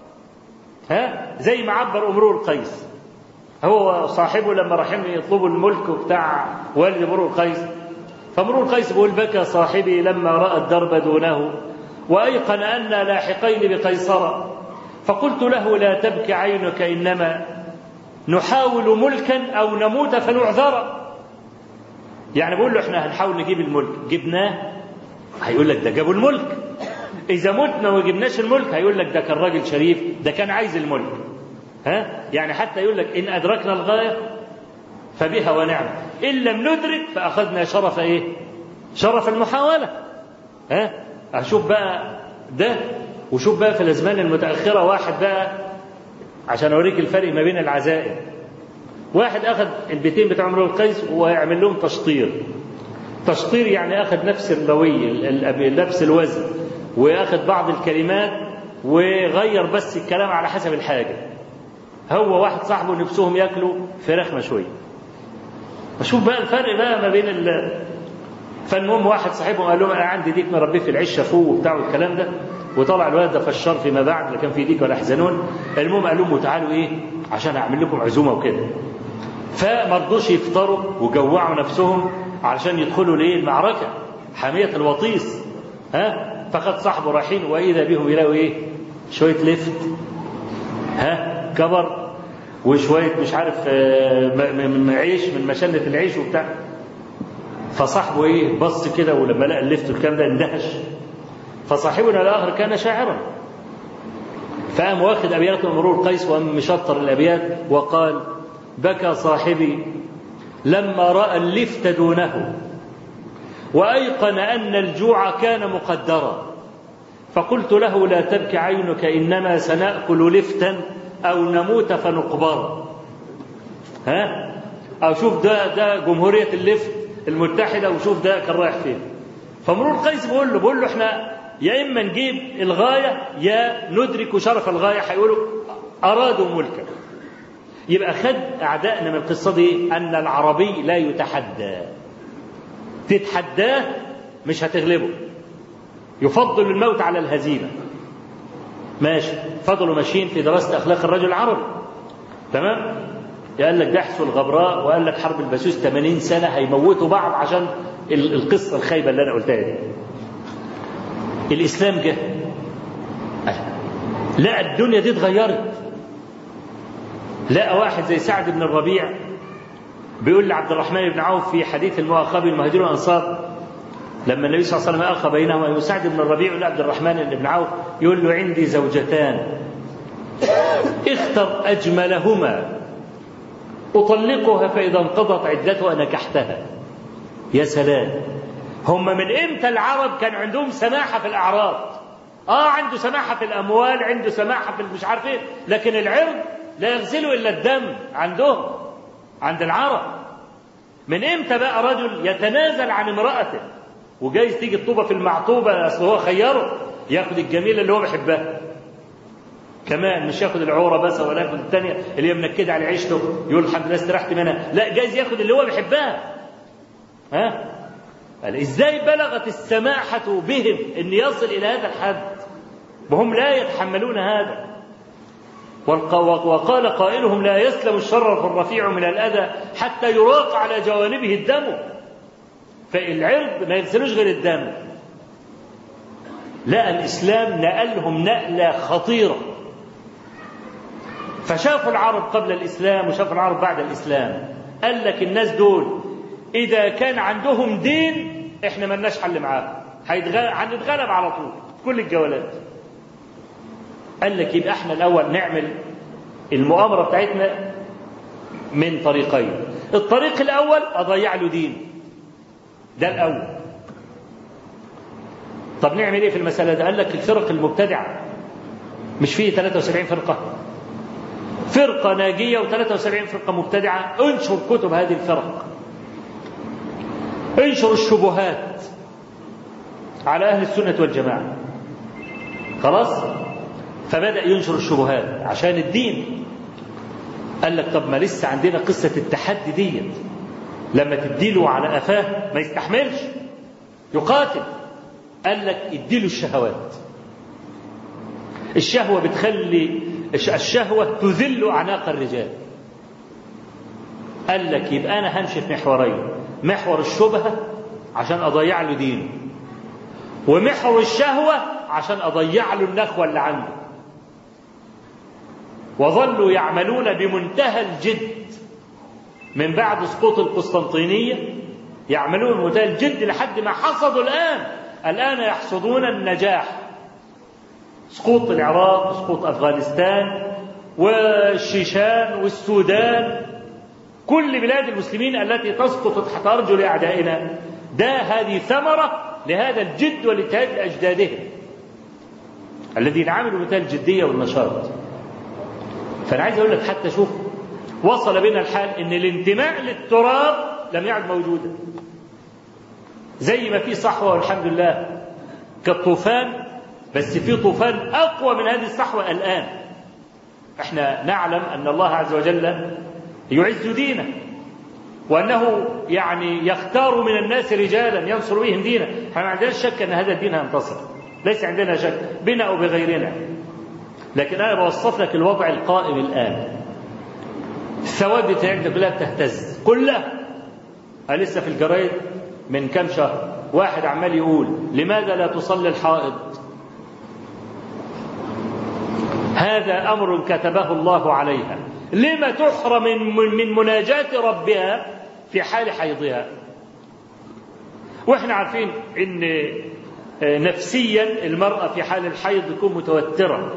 زي ما عبر امرؤ القيس، هو صاحبه لما رايحين يطلبوا الملك بتاع والد امرؤ القيس، فامرؤ القيس بيقول: بكى صاحبي لما رأى الدرب دونه وأيقن أن لاحقين بقيصر، فقلت له: لا تبكي عينك، إنما نحاول ملكا أو نموت فنعذر. يعني بقول له احنا هنحاول نجيب الملك، جبناه هيقول لك ده جابوا الملك، إذا متنا وما جبناش الملك هيقول لك ده كان راجل شريف، ده كان عايز الملك. يعني حتى يقول لك إن أدركنا الغاية فبها ونعم، إن لم ندرك فأخذنا شرف إيه؟ شرف المحاولة. أشوف بقى ده، وشوف بقى في الأزمان المتأخرة واحد بقى عشان أوريك الفرق ما بين العزائم. واحد أخذ البيتين بتاع امرؤ القيس ويعمل لهم تشطير. تشطير يعني أخذ نفس الروية نفس الوزن وأخذ بعض الكلمات وغير بس الكلام على حسب الحاجة. هو واحد صاحبه نفسهم يأكلوا فراخ مشوية. أشوف بقى الفرق بقى ما بين فالمهم واحد صاحبهم قال لهم: أنا عندي ديك مربيه في العشة فوق وبتاع والكلام ده، وطلع الولد ده فشار فيما بعد، لا كان في ديك ولا يحزنون. المهم قال لهم: تعالوا إيه عشان أعمل لكم عزومة وكده. فمرضوش يفطروا وجوعوا نفسهم علشان يدخلوا ليه المعركة حامية الوطيس. فقد صاحبه رايحين وإذا بهم يلاقوا إيه؟ شوية لفت كبر وشوية مش عارف عيش من مشنة العيش وبتاع. فصاحبه إيه بص كده، ولما لقى اللفت والكلام ده اندهش. فصاحبنا الآخر كان شاعرا، فقام واخد أبيات امرؤ القيس وقام مشطر الأبيات وقال: بكى صاحبي لما رأى اللفت دونه وأيقن أن الجوع كان مقدرا، فقلت له: لا تبكي عينك، إنما سنأكل لفتا أو نموت فنقبر. أو شوف ده جمهورية اللفت المتحدة، وشوف ده كان رايح فين. فامرؤ القيس بقول له احنا يا إما نجيب الغاية يا ندرك شرف الغاية. هيقولوا أرادوا ملكا. يبقى خد أعدائنا من القصة دي أن العربي لا يتحدى، تتحداه مش هتغلبه، يفضل الموت على الهزيمة. ماشي، فضلوا ماشيين في دراسة أخلاق الرجل العربي. تمام؟ قال لك دحس والغبراء، وقال لك حرب البسوس 80 سنة هيموتوا بعض عشان القصة الخايبة اللي أنا قلتها دي. الإسلام جه، لا الدنيا دي اتغيرت. لقى واحد زي سعد بن الربيع بيقول لعبد الرحمن بن عوف في حديث المؤاخاة بين المهاجرين والأنصار لما النبي صلى الله عليه وسلم أخى بينهما، سعد بن الربيع يقول لعبد الرحمن بن عوف يقول له: عندي زوجتان اختر أجملهما أطلقها فإذا انقضت عدتها نكحتها. يا سلام، هم من إمتى العرب كان عندهم سماحة في الأعراض؟ عنده سماحة في الأموال، عنده سماحة في مش عارف إيه، لكن العرض لا يغسلوا إلا الدم عندهم، عند العرب. من إمتى بقى رجل يتنازل عن امرأته؟ وجايز تيجي الطوبة في المعطوبة، أصل هو خيره ياخد الجميلة اللي هو بيحبها كمان، مش ياخد العورة بس ولا ياخد الثانية اللي هي منكدة على عيشته يقول الحمد لله استرحت منها. لا، جايز ياخد اللي هو بيحبها. إزاي بلغت السماحة بهم أن يصل إلى هذا الحد وهم لا يتحملون هذا؟ وقال قائلهم: لا يسلم الشرف الرفيع من الأذى حتى يراق على جوانبه الدم. فالعرض ما يغسلوش غير الدم. لقى الإسلام نقلهم نقلة خطيرة. فشافوا العرب قبل الإسلام وشافوا العرب بعد الإسلام، قال لك الناس دول إذا كان عندهم دين إحنا ملناش حل معاهم، هنتغلب على طول كل الجولات. قال لك يبقى إحنا الأول نعمل المؤامرة بتاعتنا من طريقين. الطريق الأول أضيع له دين، ده الأول. طب نعمل إيه في المسألة ده؟ قال لك الفرق المبتدعة، مش فيه 73 فرقة، فرقة ناجية و73 فرقة مبتدعة، انشر كتب هذه الفرق، انشر الشبهات على أهل السنة والجماعة. خلاص؟ فبدأ ينشر الشبهات عشان الدين. قال لك طب ما لسه عندنا قصة التحدي ديت، لما تديله على قفاه ما يستحملش يقاتل. قال لك اديله الشهوات، الشهوة بتخلي، الشهوة تذل أعناق الرجال. قال لك يبقى أنا همشي في محورين، محور الشبهة عشان أضيع له دينه، ومحور الشهوة عشان أضيع له النخوة اللي عنده. وظلوا يعملون بمنتهى الجد من بعد سقوط القسطنطينية، يعملون بمنتهى الجد لحد ما حصدوا الآن يحصدون النجاح. سقوط العراق، سقوط أفغانستان والشيشان والسودان، كل بلاد المسلمين التي تسقط تحت أرجل أعدائنا، هذه ثمرة لهذا الجد والاجتهاد لأجدادهم الذين عملوا بمنتهى الجدية والنشاط. فأنا عايز أقول لك حتى شوف وصل بنا الحال إن الانتماء للتراب لم يعد موجودا، زي ما في صحوة والحمد لله كالطوفان، بس في طوفان أقوى من هذه الصحوة الآن. احنا نعلم أن الله عز وجل يعز دينه، وأنه يعني يختار من الناس رجالا ينصر بهم دينه. احنا ما عندناش شك أن هذا الدين هينتصر، ليس عندنا شك بنا أو بغيرنا. لكن أنا بوصف لك الوضع القائم الآن. الثوابت عندك كلها بتهتز كلها. لسه في الجرايد من كم شهر واحد عمال يقول لماذا لا تصلي الحائض؟ هذا أمر كتبه الله عليها، لما تحرم من مناجاة ربها في حال حيضها؟ وإحنا عارفين إن نفسيا المرأة في حال الحيض تكون متوترة،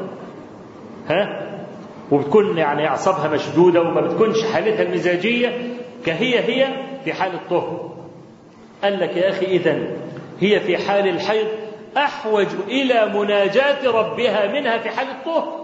وبتكون يعني أعصابها مشدودة، وما بتكونش حالتها المزاجية كهي في حال الطهر. قال لك يا أخي إذن هي في حال الحيض أحوج إلى مناجاة ربها منها في حال الطهر.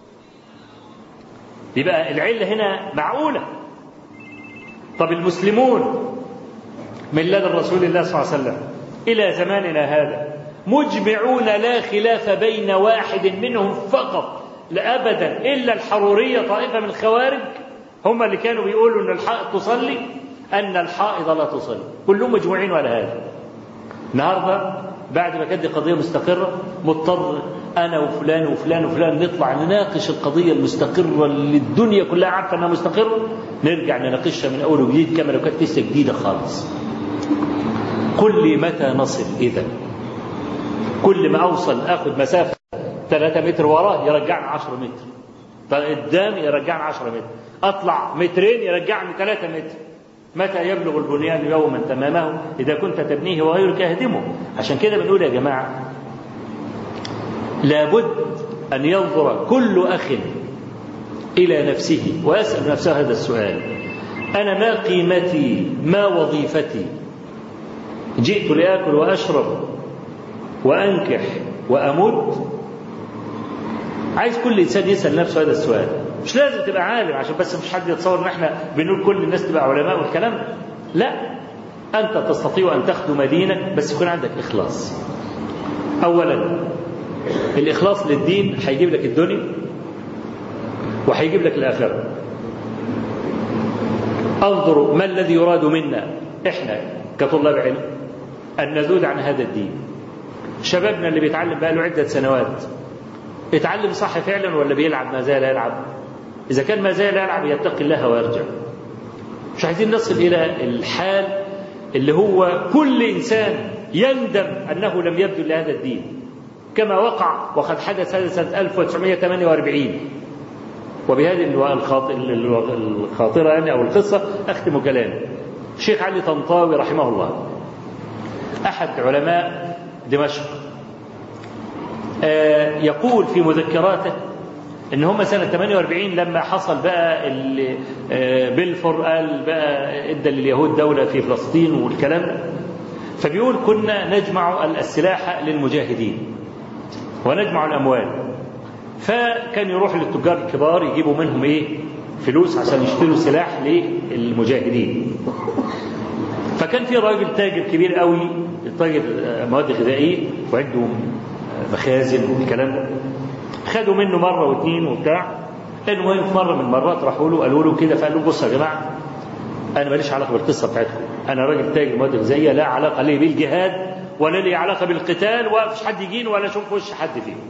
يبقى العلة هنا معقولة. طب المسلمون من لدن رسول الله صلى الله عليه وسلم إلى زماننا هذا مجمعون لا خلاف بين واحد منهم فقط لأبدا إلا الحرورية، طائفة من الخوارج هم اللي كانوا بيقولوا أن الحائض تصلي، أن الحائض لا تصلي، كلهم مجموعين على هذا. النهاردة بعد ما كانت قضية مستقرة مضطر أنا وفلان وفلان وفلان نطلع نناقش القضية المستقرة اللي الدنيا كلها عارفة أنها مستقرة، نرجع نناقشها من أول وجديد كما لو كانت لسه جديدة خالص. قل لي متى نصل إذا؟ كل ما أوصل أخذ مسافة 3 متر وراه يرجعني 10 متر، فقدام يرجعني 10 متر، أطلع 2 مترين يرجعني 3 متر. متى يبلغ البنيان يوما تمامه إذا كنت تبنيه وغيرك يهدمه؟ عشان كده بنقول يا جماعة لابد أن ينظر كل أخ إلى نفسه ويسأل نفسه هذا السؤال: أنا ما قيمتي؟ ما وظيفتي؟ جئت لآكل وأشرب وأنكح وأموت؟ عايز كل إنسان يسأل نفسه هذا السؤال. مش لازم تبقى عالم عشان بس مش حد يتصور ان احنا بنقول كل الناس تبقى علماء والكلام ده. لا، انت تستطيع ان تخدم دينك بس يكون عندك اخلاص. اولا الاخلاص للدين هيجيب لك الدنيا وهيجيب لك الاخره. انظروا ما الذي يراد منا احنا كطلاب علم ان نزود عن هذا الدين. شبابنا اللي بيتعلم بقى له عده سنوات اتعلم صح فعلا ولا بيلعب ما زال يلعب؟ إذا كان ما زال يلعب يتقي الله ويرجع. مش عايزين نصل إلى الحال اللي هو كل إنسان يندم أنه لم يبذل لهذا الدين. كما وقع وقد حدث هذا سنة 1948. وبهذه الخاطرة يعني أو القصة أختم كلامي. الشيخ علي طنطاوي رحمه الله أحد علماء دمشق يقول في مذكراته إن هم سنة 48 لما حصل بقى بلفور قال بقى إدى لليهود دولة في فلسطين والكلام ده، فبيقول كنا نجمع السلاح للمجاهدين ونجمع الأموال، فكان يروح للتجار الكبار يجيبوا منهم فلوس عشان يشتروا سلاح للمجاهدين. فكان في راجل تاجر كبير قوي، تاجر مواد غذائية وعنده مخازن والكلام ده، خدوا منه مرة واثنين وبتاع. المهم في مرة من المرات راحوا له قالوا له كده، فقال له بصوا يا جماعة أنا ماليش علاقة بالقصة بتاعتكم، أنا راجل تاجر مواد غذائية لا علاقة لي بالجهاد ولا لي علاقة بالقتال، ومفيش حد يجيني ولا أشوف وش حد فيهم.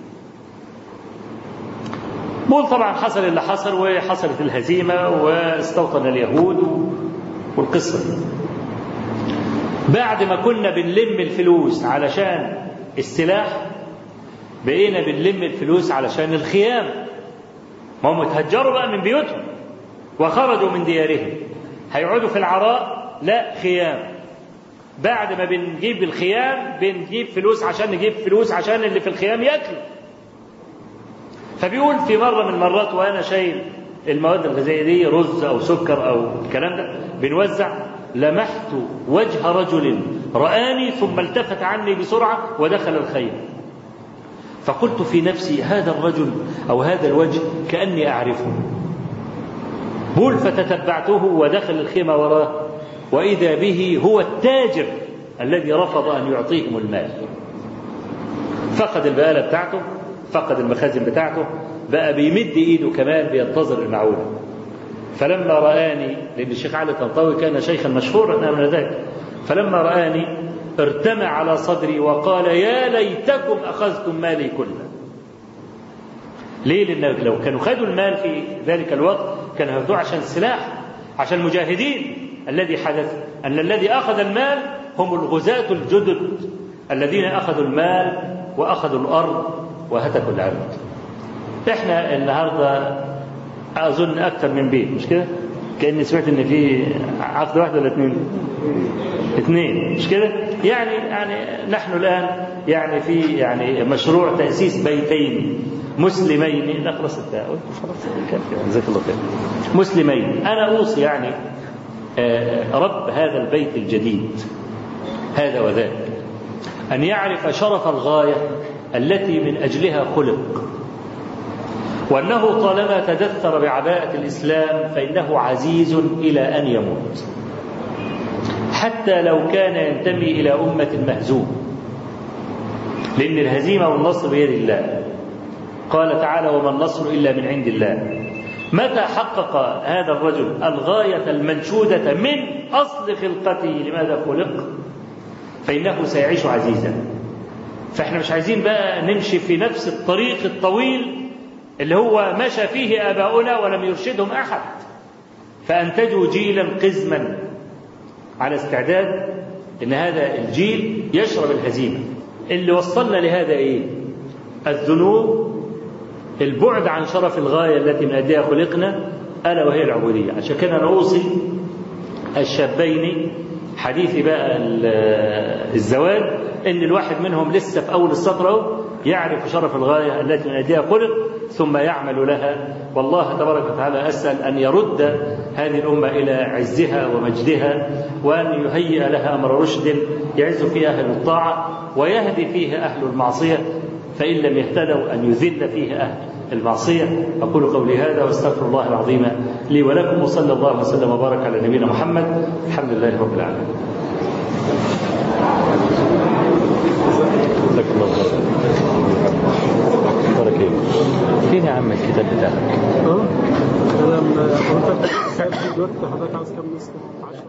بقول طبعا حصل اللي حصل وحصلت الهزيمة واستوطن اليهود والقصة دي. بعد ما كنا بنلم الفلوس علشان السلاح بقينا بنلم الفلوس علشان الخيام. ما هم اتهجروا بقى من بيوتهم وخرجوا من ديارهم، هيقعدوا في العراء؟ لا، خيام. بعد ما بنجيب الخيام بنجيب فلوس عشان نجيب فلوس عشان اللي في الخيام ياكلوا. فبيقول في مرة من المرات وأنا شايل المواد الغذائية دي رز أو سكر أو الكلام ده بنوزع، لمحت وجه رجل رآني ثم التفت عني بسرعة ودخل الخيم. فقلت في نفسي هذا الرجل أو هذا الوجه كأني أعرفه. بقول فتتبعته ودخل الخيمة وراه، وإذا به هو التاجر الذي رفض أن يعطيهم المال. فقد البقالة بتاعته، فقد المخازن بتاعته، بقى بيمد إيده كمان بينتظر المعونة. فلما رآني، لأن الشيخ علي طنطاوي كان شيخا مشهورا من ذاك، فلما رآني ارتمى على صدري وقال يا ليتكم أخذتم مالي كله. ليه؟ لأن لو كانوا خدوا المال في ذلك الوقت كان هياخدوه عشان السلاح، عشان المجاهدين. الذي حدث أن الذي أخذ المال هم الغزاة الجدد الذين أخذوا المال وأخذوا الأرض وهتكوا العرض. احنا النهارده أظن أكثر من بيت، مش كده؟ كأني سمعت إن في عقد واحد ولا اثنين، مش كده؟ يعني نحن الآن في مشروع تأسيس بيتين مسلمين. لا خلاص جزاك الله خير. مسلمين. أنا أوصي رب هذا البيت الجديد هذا وذاك أن يعرف شرف الغاية التي من أجلها خلق، وأنه طالما تدثر بعباءة الإسلام فإنه عزيز إلى أن يموت، حتى لو كان ينتمي إلى أمة مهزوم، لأن الهزيمة والنصر بيد الله. قال تعالى وما النصر إلا من عند الله. متى حقق هذا الرجل الغاية المنشودة من أصل خلقته لماذا خلق فإنه سيعيش عزيزا. فإحنا مش عايزين بقى نمشي في نفس الطريق الطويل اللي هو مشى فيه آباؤنا ولم يرشدهم أحد، فأنتجوا جيلا قزما على استعداد إن هذا الجيل يشرب الهزيمة. اللي وصلنا لهذا إيه؟ الذنوب، البعد عن شرف الغاية التي من أجلها خلقنا، ألا وهي العبودية. عشان كده أنا أوصي الشابين حديث بقى الزواج إن الواحد منهم لسه في أول السطر يعرف شرف الغاية التي من أجلها خلق ثم يعمل لها. والله تبارك وتعالى أسأل أن يرد هذه الأمة إلى عزها ومجدها، وأن يهيئ لها أمر رشد يعز فيه أهل الطاعة ويهدي فيه أهل المعصية، فإن لم يهتدوا أن يذل فيه أهل المعصية. أقول قولي هذا واستغفر الله العظيم لي ولكم، وصلى الله وسلم وبارك على نبينا محمد. الحمد لله رب العالمين. جزاك الله خير. بارك فيك. فين يا عم الكتاب بتاعك؟ انا حضرتك ساعات في دور حضرتك عاوز كام نسخه؟ 10.